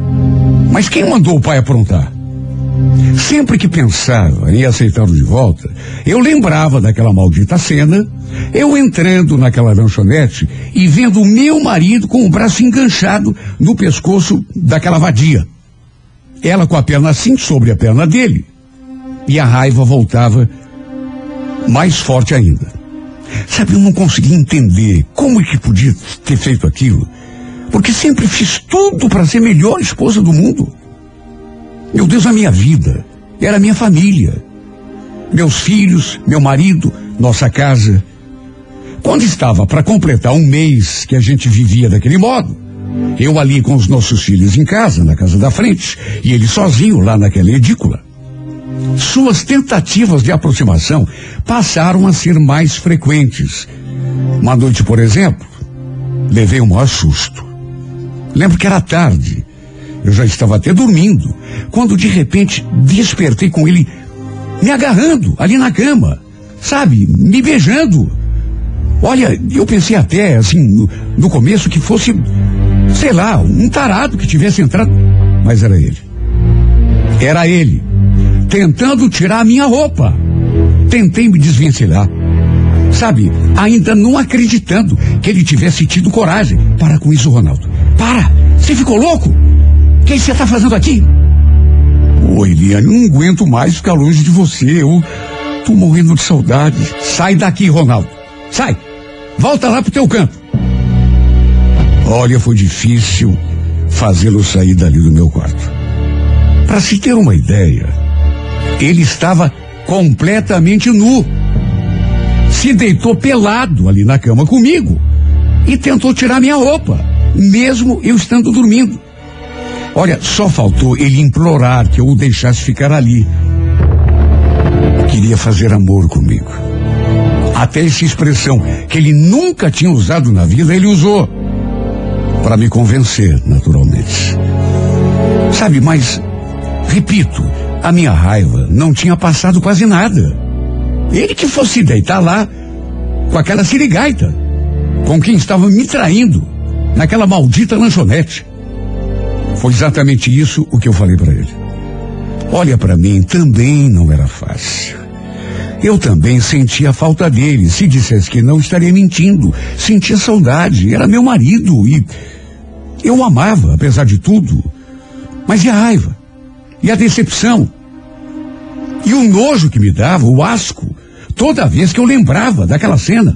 Mas quem mandou o pai aprontar? Sempre que pensava em aceitá-lo de volta, eu lembrava daquela maldita cena, eu entrando naquela lanchonete e vendo o meu marido com o braço enganchado no pescoço daquela vadia. Ela com a perna assim sobre a perna dele. E a raiva voltava mais forte ainda. Sabe, eu não conseguia entender como é que podia ter feito aquilo, porque sempre fiz tudo para ser a melhor esposa do mundo. Meu Deus, a minha vida era a minha família, meus filhos, meu marido, nossa casa. Quando estava para completar 1 mês que a gente vivia daquele modo, eu ali com os nossos filhos em casa, na casa da frente, e ele sozinho lá naquela edícula, suas tentativas de aproximação passaram a ser mais frequentes. Uma noite, por exemplo, levei um maior susto. Lembro que era tarde, eu já estava até dormindo, quando de repente despertei com ele me agarrando ali na cama, sabe, me beijando. Olha, eu pensei até, assim, no começo que fosse, sei lá, um tarado que tivesse entrado, mas era ele. Era ele, tentando tirar a minha roupa. Tentei me desvencilhar, sabe, ainda não acreditando que ele tivesse tido coragem. Para com isso, Ronaldo. Para! Você ficou louco? O que você está fazendo aqui? Ô, Eliane, não aguento mais ficar longe de você. Eu tô morrendo de saudade. Sai daqui, Ronaldo. Sai! Volta lá pro teu canto. Olha, foi difícil fazê-lo sair dali do meu quarto. Para se ter uma ideia, ele estava completamente nu. Se deitou pelado ali na cama comigo e tentou tirar minha roupa, mesmo eu estando dormindo. Olha, só faltou ele implorar que eu o deixasse ficar ali. Queria fazer amor comigo. Até essa expressão que ele nunca tinha usado na vida, ele usou. Para me convencer, naturalmente. Sabe, mas, repito, a minha raiva não tinha passado quase nada. Ele que fosse deitar lá com aquela sirigaita, com quem estava me traindo naquela maldita lanchonete. Foi exatamente isso o que eu falei para ele. Olha, para mim também não era fácil. Eu também sentia a falta dele. Se dissesse que não, estaria mentindo. Sentia saudade. Era meu marido e eu o amava, apesar de tudo. Mas e a raiva? E a decepção? E o nojo que me dava, o asco, toda vez que eu lembrava daquela cena.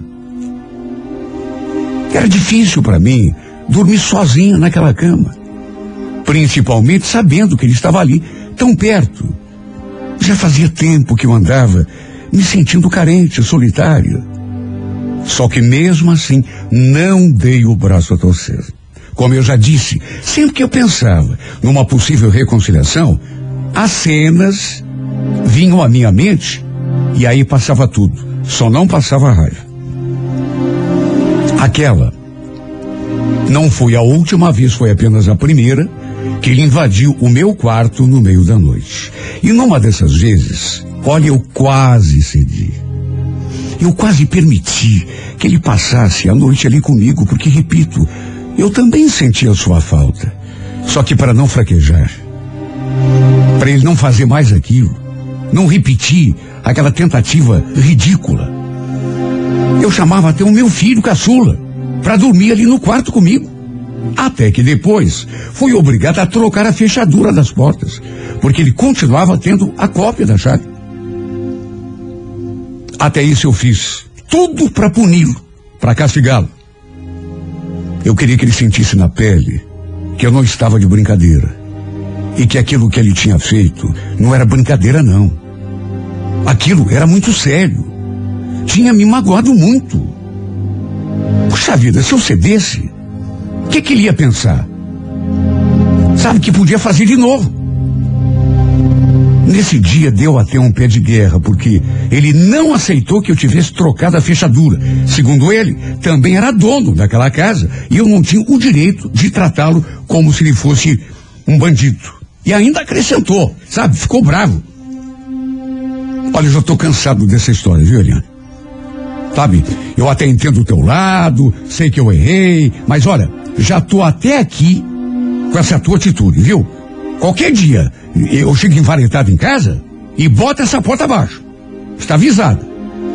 Era difícil para mim dormir sozinho naquela cama. Principalmente sabendo que ele estava ali, tão perto. Já fazia tempo que eu andava me sentindo carente, solitário. Só que mesmo assim, não dei o braço a torcer. Como eu já disse, sempre que eu pensava numa possível reconciliação, as cenas vinham à minha mente e aí passava tudo. Só não passava a raiva. Aquela não foi a última vez, foi apenas a primeira que ele invadiu o meu quarto no meio da noite. E numa dessas vezes, olha, eu quase cedi. Eu quase permiti que ele passasse a noite ali comigo, porque, repito, eu também sentia sua falta. Só que para não fraquejar, para ele não fazer mais aquilo, não repetir aquela tentativa ridícula, eu chamava até o meu filho caçula para dormir ali no quarto comigo. Até que depois fui obrigado a trocar a fechadura das portas, porque ele continuava tendo a cópia da chave. Até isso eu fiz tudo para puni-lo, para castigá-lo. Eu queria que ele sentisse na pele que eu não estava de brincadeira e que aquilo que ele tinha feito não era brincadeira, não. Aquilo era muito sério. Tinha me magoado muito. Puxa vida, se eu cedesse, o que ele ia pensar? Sabe que podia fazer de novo. Nesse dia deu até um pé de guerra, porque ele não aceitou que eu tivesse trocado a fechadura. Segundo ele, também era dono daquela casa e eu não tinha o direito de tratá-lo como se ele fosse um bandido. E ainda acrescentou, sabe, ficou bravo. Olha, eu já estou cansado dessa história, viu, Eliane? Sabe, eu até entendo o teu lado, sei que eu errei, mas olha, já estou até aqui com essa tua atitude, viu? Qualquer dia eu chego envaretado em casa e bota essa porta abaixo. Está avisado.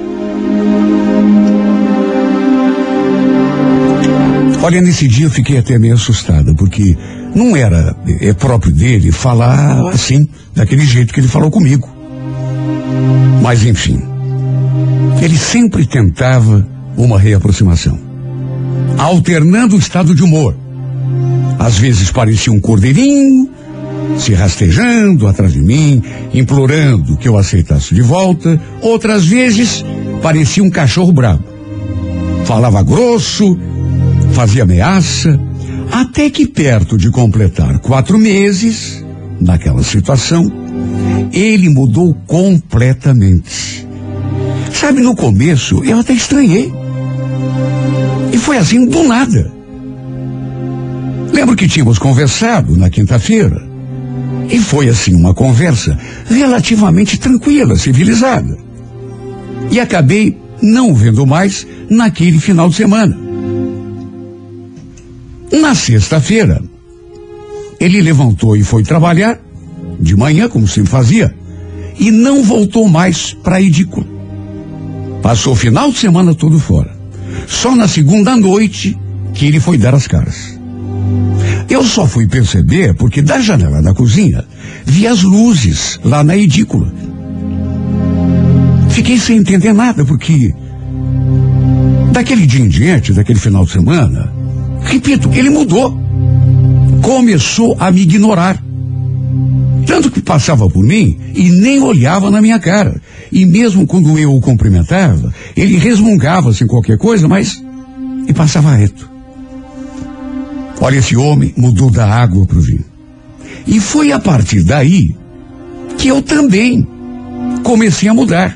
Olha, nesse dia eu fiquei até meio assustada, porque não era próprio dele falar assim, daquele jeito que ele falou comigo. Mas enfim, ele sempre tentava uma reaproximação, alternando o estado de humor. Às vezes parecia um cordeirinho, se rastejando atrás de mim, implorando que eu aceitasse de volta. Outras vezes parecia um cachorro bravo. Falava grosso, fazia ameaça, até que perto de completar 4 meses, naquela situação, ele mudou completamente. Sabe, no começo eu até estranhei. E foi assim do nada. Lembro que tínhamos conversado na quinta-feira. E foi assim uma conversa relativamente tranquila, civilizada. E acabei não vendo mais naquele final de semana. Na sexta-feira, ele levantou e foi trabalhar, de manhã, como sempre fazia, e não voltou mais para a edícula. Passou o final de semana todo fora. Só na segunda noite que ele foi dar as caras. Eu só fui perceber porque da janela da cozinha vi as luzes lá na edícula. Fiquei sem entender nada, porque daquele dia em diante, daquele final de semana, repito, ele mudou. Começou a me ignorar. Tanto que passava por mim e nem olhava na minha cara. E mesmo quando eu o cumprimentava, ele resmungava assim qualquer coisa, mas e passava reto. Olha, esse homem mudou da água para o vinho. E foi a partir daí que eu também comecei a mudar.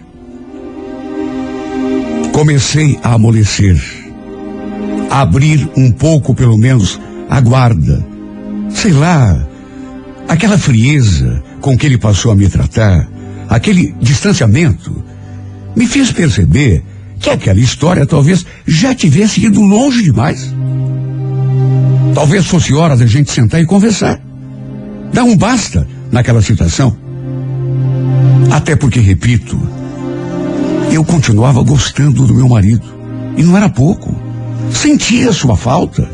Comecei a amolecer. A abrir um pouco, pelo menos, a guarda. Sei lá, aquela frieza com que ele passou a me tratar, aquele distanciamento, me fez perceber que aquela história talvez já tivesse ido longe demais. Talvez fosse hora da gente sentar e conversar. Dar um basta naquela situação. Até porque, repito, eu continuava gostando do meu marido. E não era pouco. Sentia sua falta.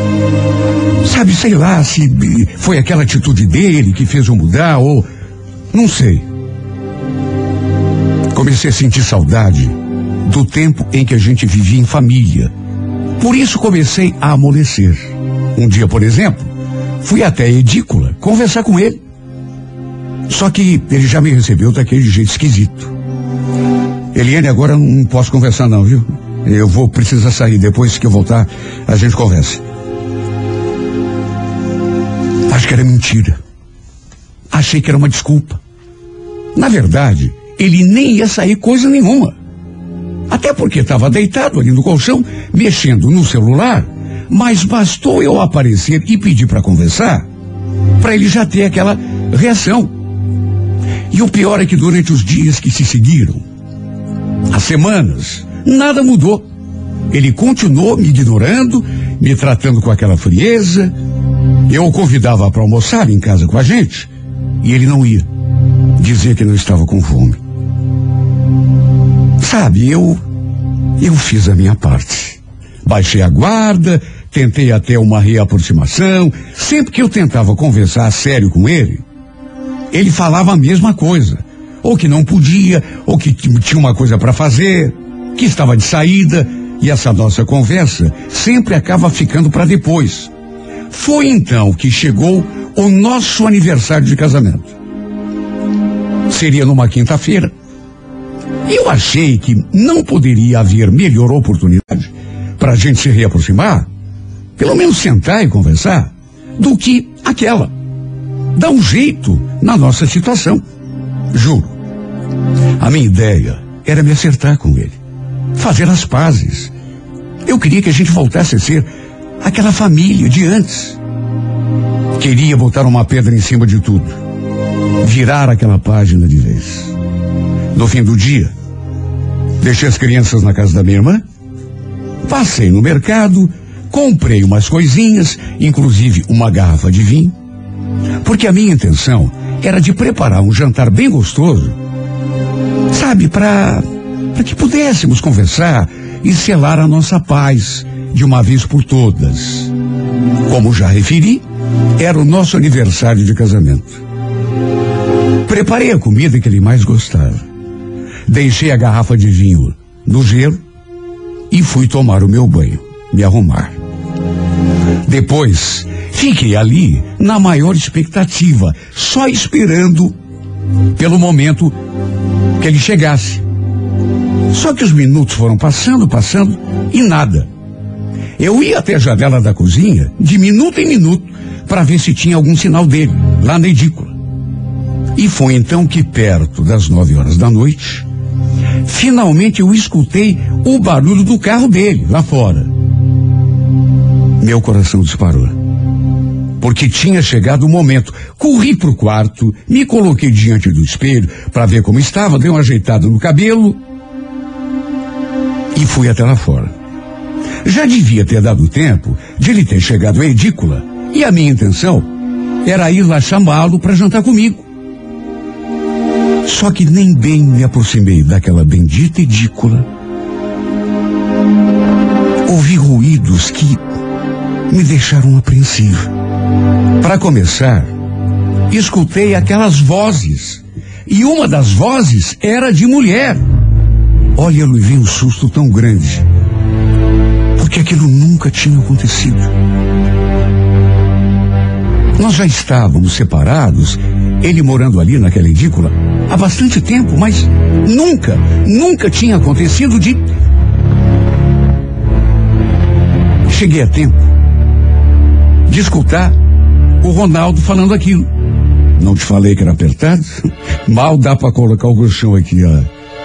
Sabe, sei lá, se foi aquela atitude dele que fez eu mudar, ou Não sei. Comecei a sentir saudade do tempo em que a gente vivia em família. Por isso comecei a amolecer. Um dia, por exemplo, fui até a edícula conversar com ele. Só que ele já me recebeu daquele jeito esquisito. Eliane, agora não posso conversar não, viu? Eu vou precisar sair. Depois que eu voltar, a gente conversa. Acho que era mentira. Achei que era uma desculpa. Na verdade, ele nem ia sair coisa nenhuma. Até porque estava deitado ali no colchão, mexendo no celular, mas bastou eu aparecer e pedir para conversar, para ele já ter aquela reação. E o pior é que durante os dias que se seguiram, as semanas, nada mudou. Ele continuou me ignorando, me tratando com aquela frieza. Eu o convidava para almoçar em casa com a gente, e ele não ia. Dizia que não estava com fome. Sabe, eu fiz a minha parte. Baixei a guarda, tentei até uma reaproximação. Sempre que eu tentava conversar a sério com ele, ele falava a mesma coisa. Ou que não podia, ou que tinha uma coisa para fazer, que estava de saída, e essa nossa conversa sempre acaba ficando para depois. Foi então que chegou o nosso aniversário de casamento. Seria numa quinta-feira. E eu achei que não poderia haver melhor oportunidade para a gente se reaproximar, pelo menos sentar e conversar, do que aquela. Dar um jeito na nossa situação. Juro. A minha ideia era me acertar com ele, fazer as pazes. Eu queria que a gente voltasse a ser aquela família de antes. Queria botar uma pedra em cima de tudo, virar aquela página de vez. No fim do dia, deixei as crianças na casa da minha irmã, passei no mercado, comprei umas coisinhas, inclusive uma garrafa de vinho, porque a minha intenção era de preparar um jantar bem gostoso, sabe, para que pudéssemos conversar e selar a nossa paz de uma vez por todas. Como já referi, era o nosso aniversário de casamento. Preparei a comida que ele mais gostava. Deixei a garrafa de vinho no gelo e fui tomar o meu banho, me arrumar. Depois, fiquei ali na maior expectativa, só esperando pelo momento que ele chegasse. Só que os minutos foram passando e nada. Eu ia até a janela da cozinha, de minuto em minuto, para ver se tinha algum sinal dele, lá na edícula. E foi então que, perto das 9 da noite, finalmente eu escutei o barulho do carro dele, lá fora. Meu coração disparou, porque tinha chegado o momento. Corri pro quarto, me coloquei diante do espelho para ver como estava, dei uma ajeitada no cabelo e fui até lá fora. Já devia ter dado tempo de ele ter chegado à edícula, e a minha intenção era ir lá chamá-lo para jantar comigo. Só que nem bem me aproximei daquela bendita edícula, ouvi ruídos que me deixaram apreensivo. Para começar, escutei aquelas vozes, e uma das vozes era de mulher. Olha, eu levei um susto tão grande, porque aquilo nunca tinha acontecido. Nós já estávamos separados, ele morando ali naquela edícula há bastante tempo, mas nunca tinha acontecido de... Cheguei a tempo de escutar o Ronaldo falando aquilo. Não te falei que era apertado? Mal dá para colocar o colchão aqui, ó.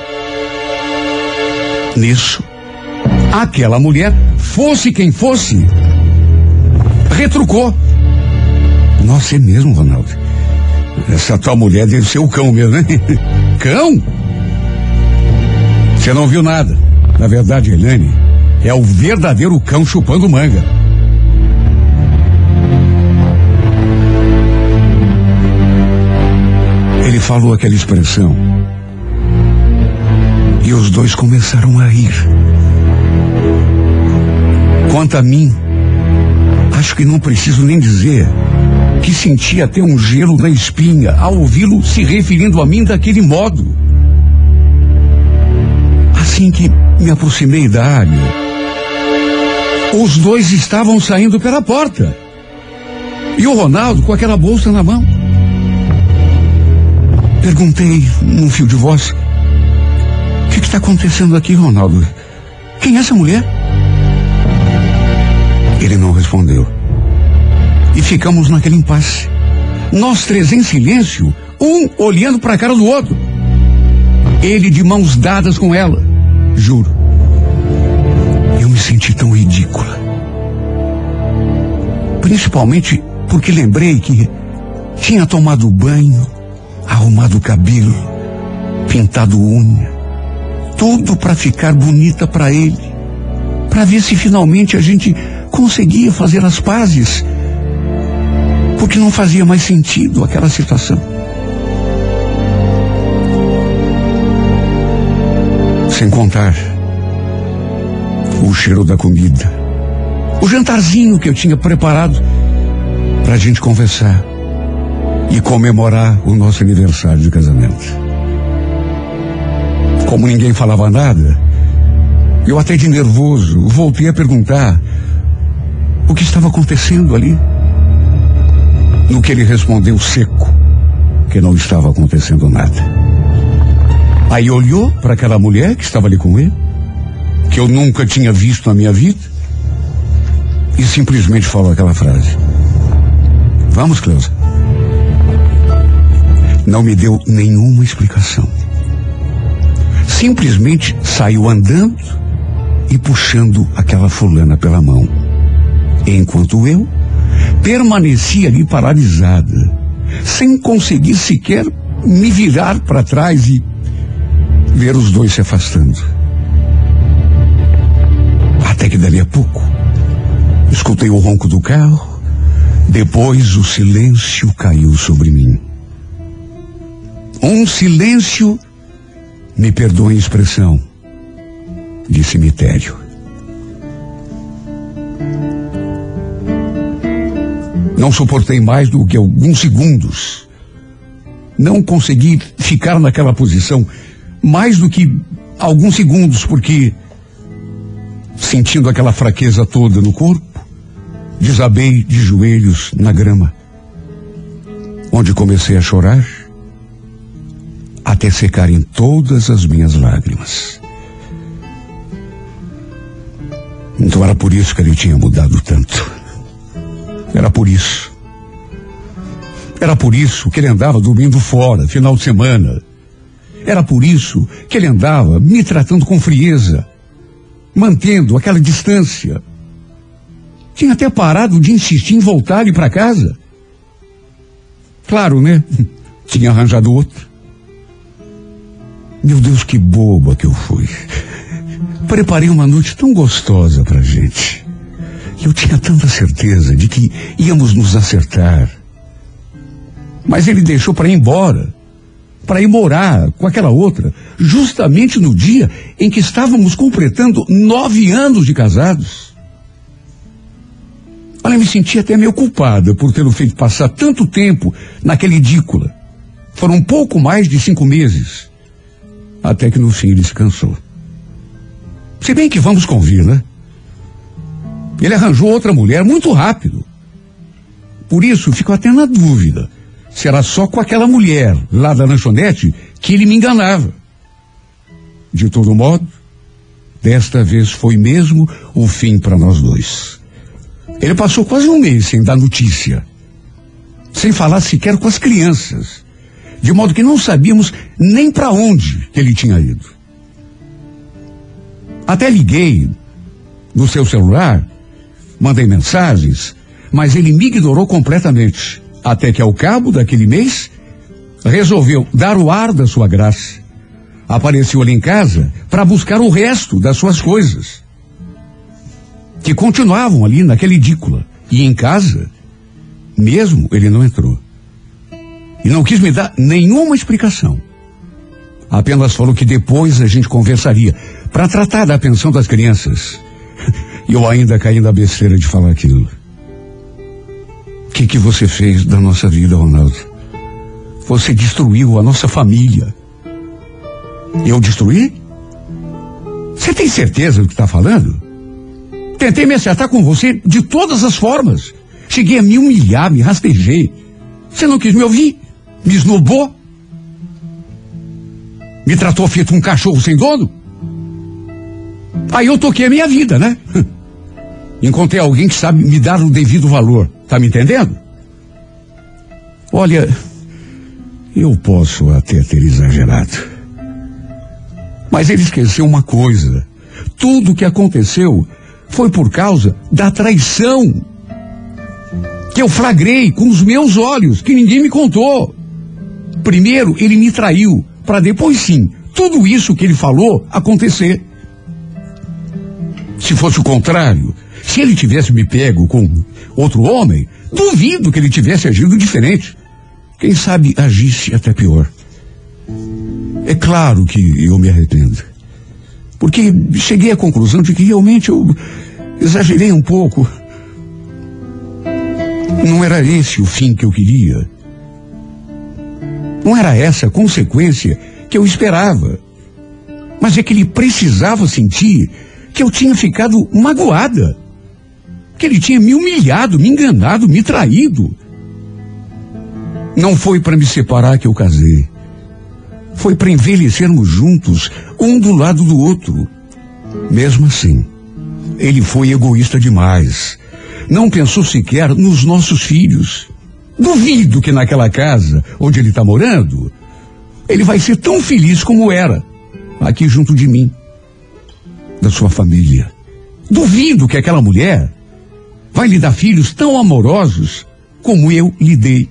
Nisso, aquela mulher, fosse quem fosse, retrucou. Nossa, é mesmo, Ronaldo? Essa tua mulher deve ser o cão mesmo, né? Cão? Você não viu nada. Na verdade, Helene, é o verdadeiro cão chupando manga. Ele falou aquela expressão e os dois começaram a rir. Quanto a mim, acho que não preciso nem dizer que senti até um gelo na espinha ao ouvi-lo se referindo a mim daquele modo. Assim que me aproximei da área, os dois estavam saindo pela porta. E o Ronaldo com aquela bolsa na mão. Perguntei num fio de voz: o que está acontecendo aqui, Ronaldo? Quem é essa mulher? Ele não respondeu. E ficamos naquele impasse. Nós três em silêncio, um olhando para a cara do outro. Ele de mãos dadas com ela. Juro, eu me senti tão ridícula. Principalmente porque lembrei que tinha tomado banho, arrumado o cabelo, pintado unha, tudo para ficar bonita para ele, para ver se finalmente a gente conseguia fazer as pazes, porque não fazia mais sentido aquela situação. Sem contar o cheiro da comida, o jantarzinho que eu tinha preparado pra gente conversar e comemorar o nosso aniversário de casamento. Como ninguém falava nada, eu até de nervoso voltei a perguntar o que estava acontecendo ali. No que ele respondeu seco que não estava acontecendo nada. Aí olhou para aquela mulher que estava ali com ele, que eu nunca tinha visto na minha vida, e simplesmente falou aquela frase: vamos, Cleusa. Não me deu nenhuma explicação. Simplesmente saiu andando e puxando aquela fulana pela mão, enquanto eu permaneci ali paralisada, sem conseguir sequer me virar para trás e ver os dois se afastando. Até que dali a pouco escutei o ronco do carro, depois o silêncio caiu sobre mim. Um silêncio, me perdoem a expressão, de cemitério. Não suportei mais do que alguns segundos. Não consegui ficar naquela posição mais do que alguns segundos, porque, sentindo aquela fraqueza toda no corpo, desabei de joelhos na grama, onde comecei a chorar até secarem todas as minhas lágrimas. Então era por isso que ele tinha mudado tanto. Era por isso. Era por isso que ele andava dormindo fora, final de semana. Era por isso que ele andava me tratando com frieza, mantendo aquela distância. Tinha até parado de insistir em voltar para casa. Claro, né? Tinha arranjado outro. Meu Deus, que boba que eu fui. Preparei uma noite tão gostosa pra gente. Eu tinha tanta certeza de que íamos nos acertar. Mas ele deixou para ir embora, para ir morar com aquela outra, justamente no dia em que estávamos completando 9 anos de casados. Olha, me senti até meio culpada por tê-lo feito passar tanto tempo naquela edícula. Foram pouco mais de 5 meses. Até que no fim ele se cansou. Se bem que vamos convir, né? Ele arranjou outra mulher muito rápido. Por isso, fico até na dúvida se era só com aquela mulher lá da lanchonete que ele me enganava. De todo modo, desta vez foi mesmo o fim para nós dois. Ele passou quase um mês sem dar notícia, sem falar sequer com as crianças, de modo que não sabíamos nem para onde que ele tinha ido. Até liguei no seu celular, mandei mensagens, mas ele me ignorou completamente, até que ao cabo daquele mês resolveu dar o ar da sua graça. Apareceu ali em casa para buscar o resto das suas coisas, que continuavam ali naquela edícula. E em casa, mesmo, ele não entrou. E não quis me dar nenhuma explicação. Apenas falou que depois a gente conversaria para tratar da pensão das crianças. E eu ainda caí na besteira de falar aquilo. que você fez da nossa vida, Ronaldo? Você destruiu a nossa família. Eu destruí? Você tem certeza do que está falando? Tentei me acertar com você de todas as formas. Cheguei a me humilhar, me rastejei. Você não quis me ouvir? Me esnobou? Me tratou feito um cachorro sem dono? Aí eu toquei a minha vida, né? Encontrei alguém que sabe me dar o devido valor. Tá me entendendo? Olha, eu posso até ter exagerado. Mas ele esqueceu uma coisa. Tudo o que aconteceu foi por causa da traição que eu flagrei com os meus olhos, que ninguém me contou. Primeiro ele me traiu, para depois sim, tudo isso que ele falou acontecer. Se fosse o contrário, se ele tivesse me pego com outro homem, duvido que ele tivesse agido diferente. Quem sabe agisse até pior. É claro que eu me arrependo, porque cheguei à conclusão de que realmente eu exagerei um pouco. Não era esse o fim que eu queria. Não era essa a consequência que eu esperava. Mas é que ele precisava sentir que eu tinha ficado magoada, que ele tinha me humilhado, me enganado, me traído. Não foi para me separar que eu casei. Foi para envelhecermos juntos, um do lado do outro. Mesmo assim, ele foi egoísta demais. Não pensou sequer nos nossos filhos. Duvido que naquela casa onde ele está morando, ele vai ser tão feliz como era, aqui junto de mim, da sua família. Duvido que aquela mulher vai lhe dar filhos tão amorosos como eu lhe dei.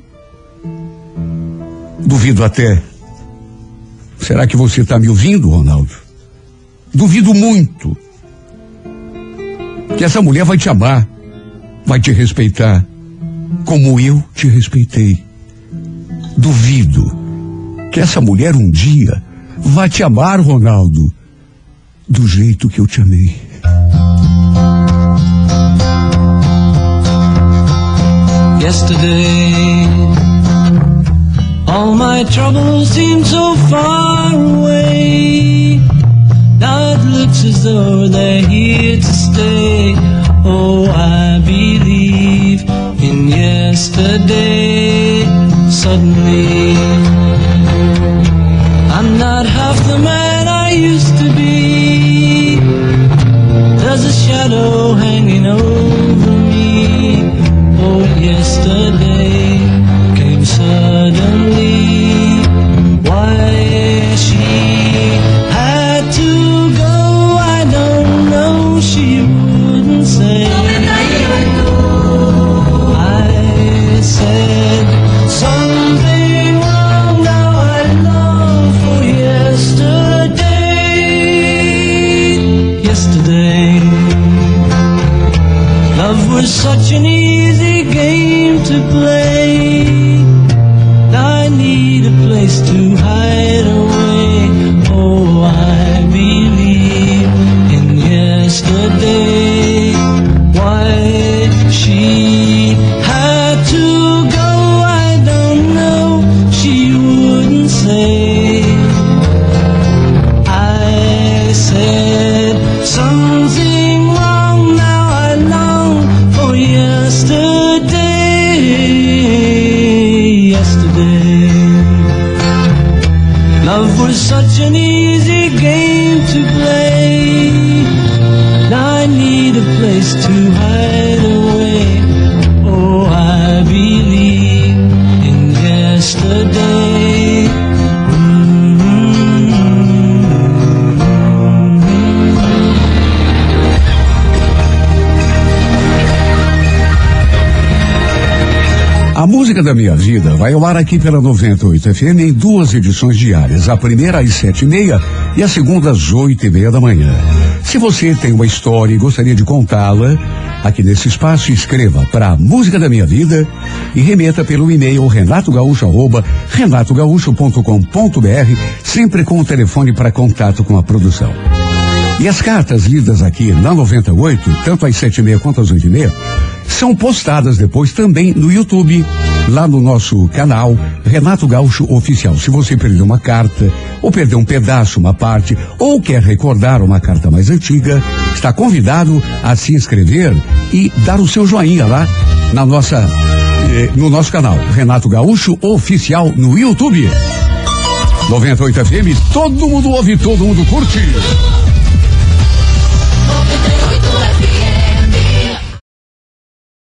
Duvido até. Será que você está me ouvindo, Ronaldo? Duvido muito que essa mulher vai te amar, vai te respeitar, como eu te respeitei. Duvido que essa mulher um dia vai te amar, Ronaldo, do jeito que eu te amei. Yesterday, all my troubles seem so far away. Now it looks as though they're here to stay. Oh, I believe in yesterday. Suddenly, I'm not half the man I used to be. There's a shadow hanging over me. Oh, yesterday came suddenly. Why she had to go, I don't know. She wouldn't say. I said something wrong. Now I long for yesterday. Yesterday, love was such an easy game to play. Now I need a place to hide away. Oh, I believe in yesterday. Why she had to go, I don't know. She wouldn't say. I said something wrong. Now I long for yesterday. Yesterday, love was such an easy game to play. Now I need a place to hide away. Oh, I believe in yesterday. A música da minha vida vai ao ar aqui pela 98 FM em 2 edições diárias. A primeira às 7h30 e a segunda às 8h30 da manhã. Se você tem uma história e gostaria de contá-la, aqui nesse espaço escreva para Música da Minha Vida e remeta pelo e-mail renatogaúcho@renatogaúcho.com.br, sempre com o telefone para contato com a produção. E as cartas lidas aqui na 98, tanto às 7h30 quanto às 8h30, são postadas depois também no YouTube, lá no nosso canal Renato Gaúcho Oficial. Se você perdeu uma carta, ou perdeu um pedaço, uma parte, ou quer recordar uma carta mais antiga, está convidado a se inscrever e dar o seu joinha lá no nosso canal Renato Gaúcho Oficial no YouTube. 98 FM, todo mundo ouve, todo mundo curte.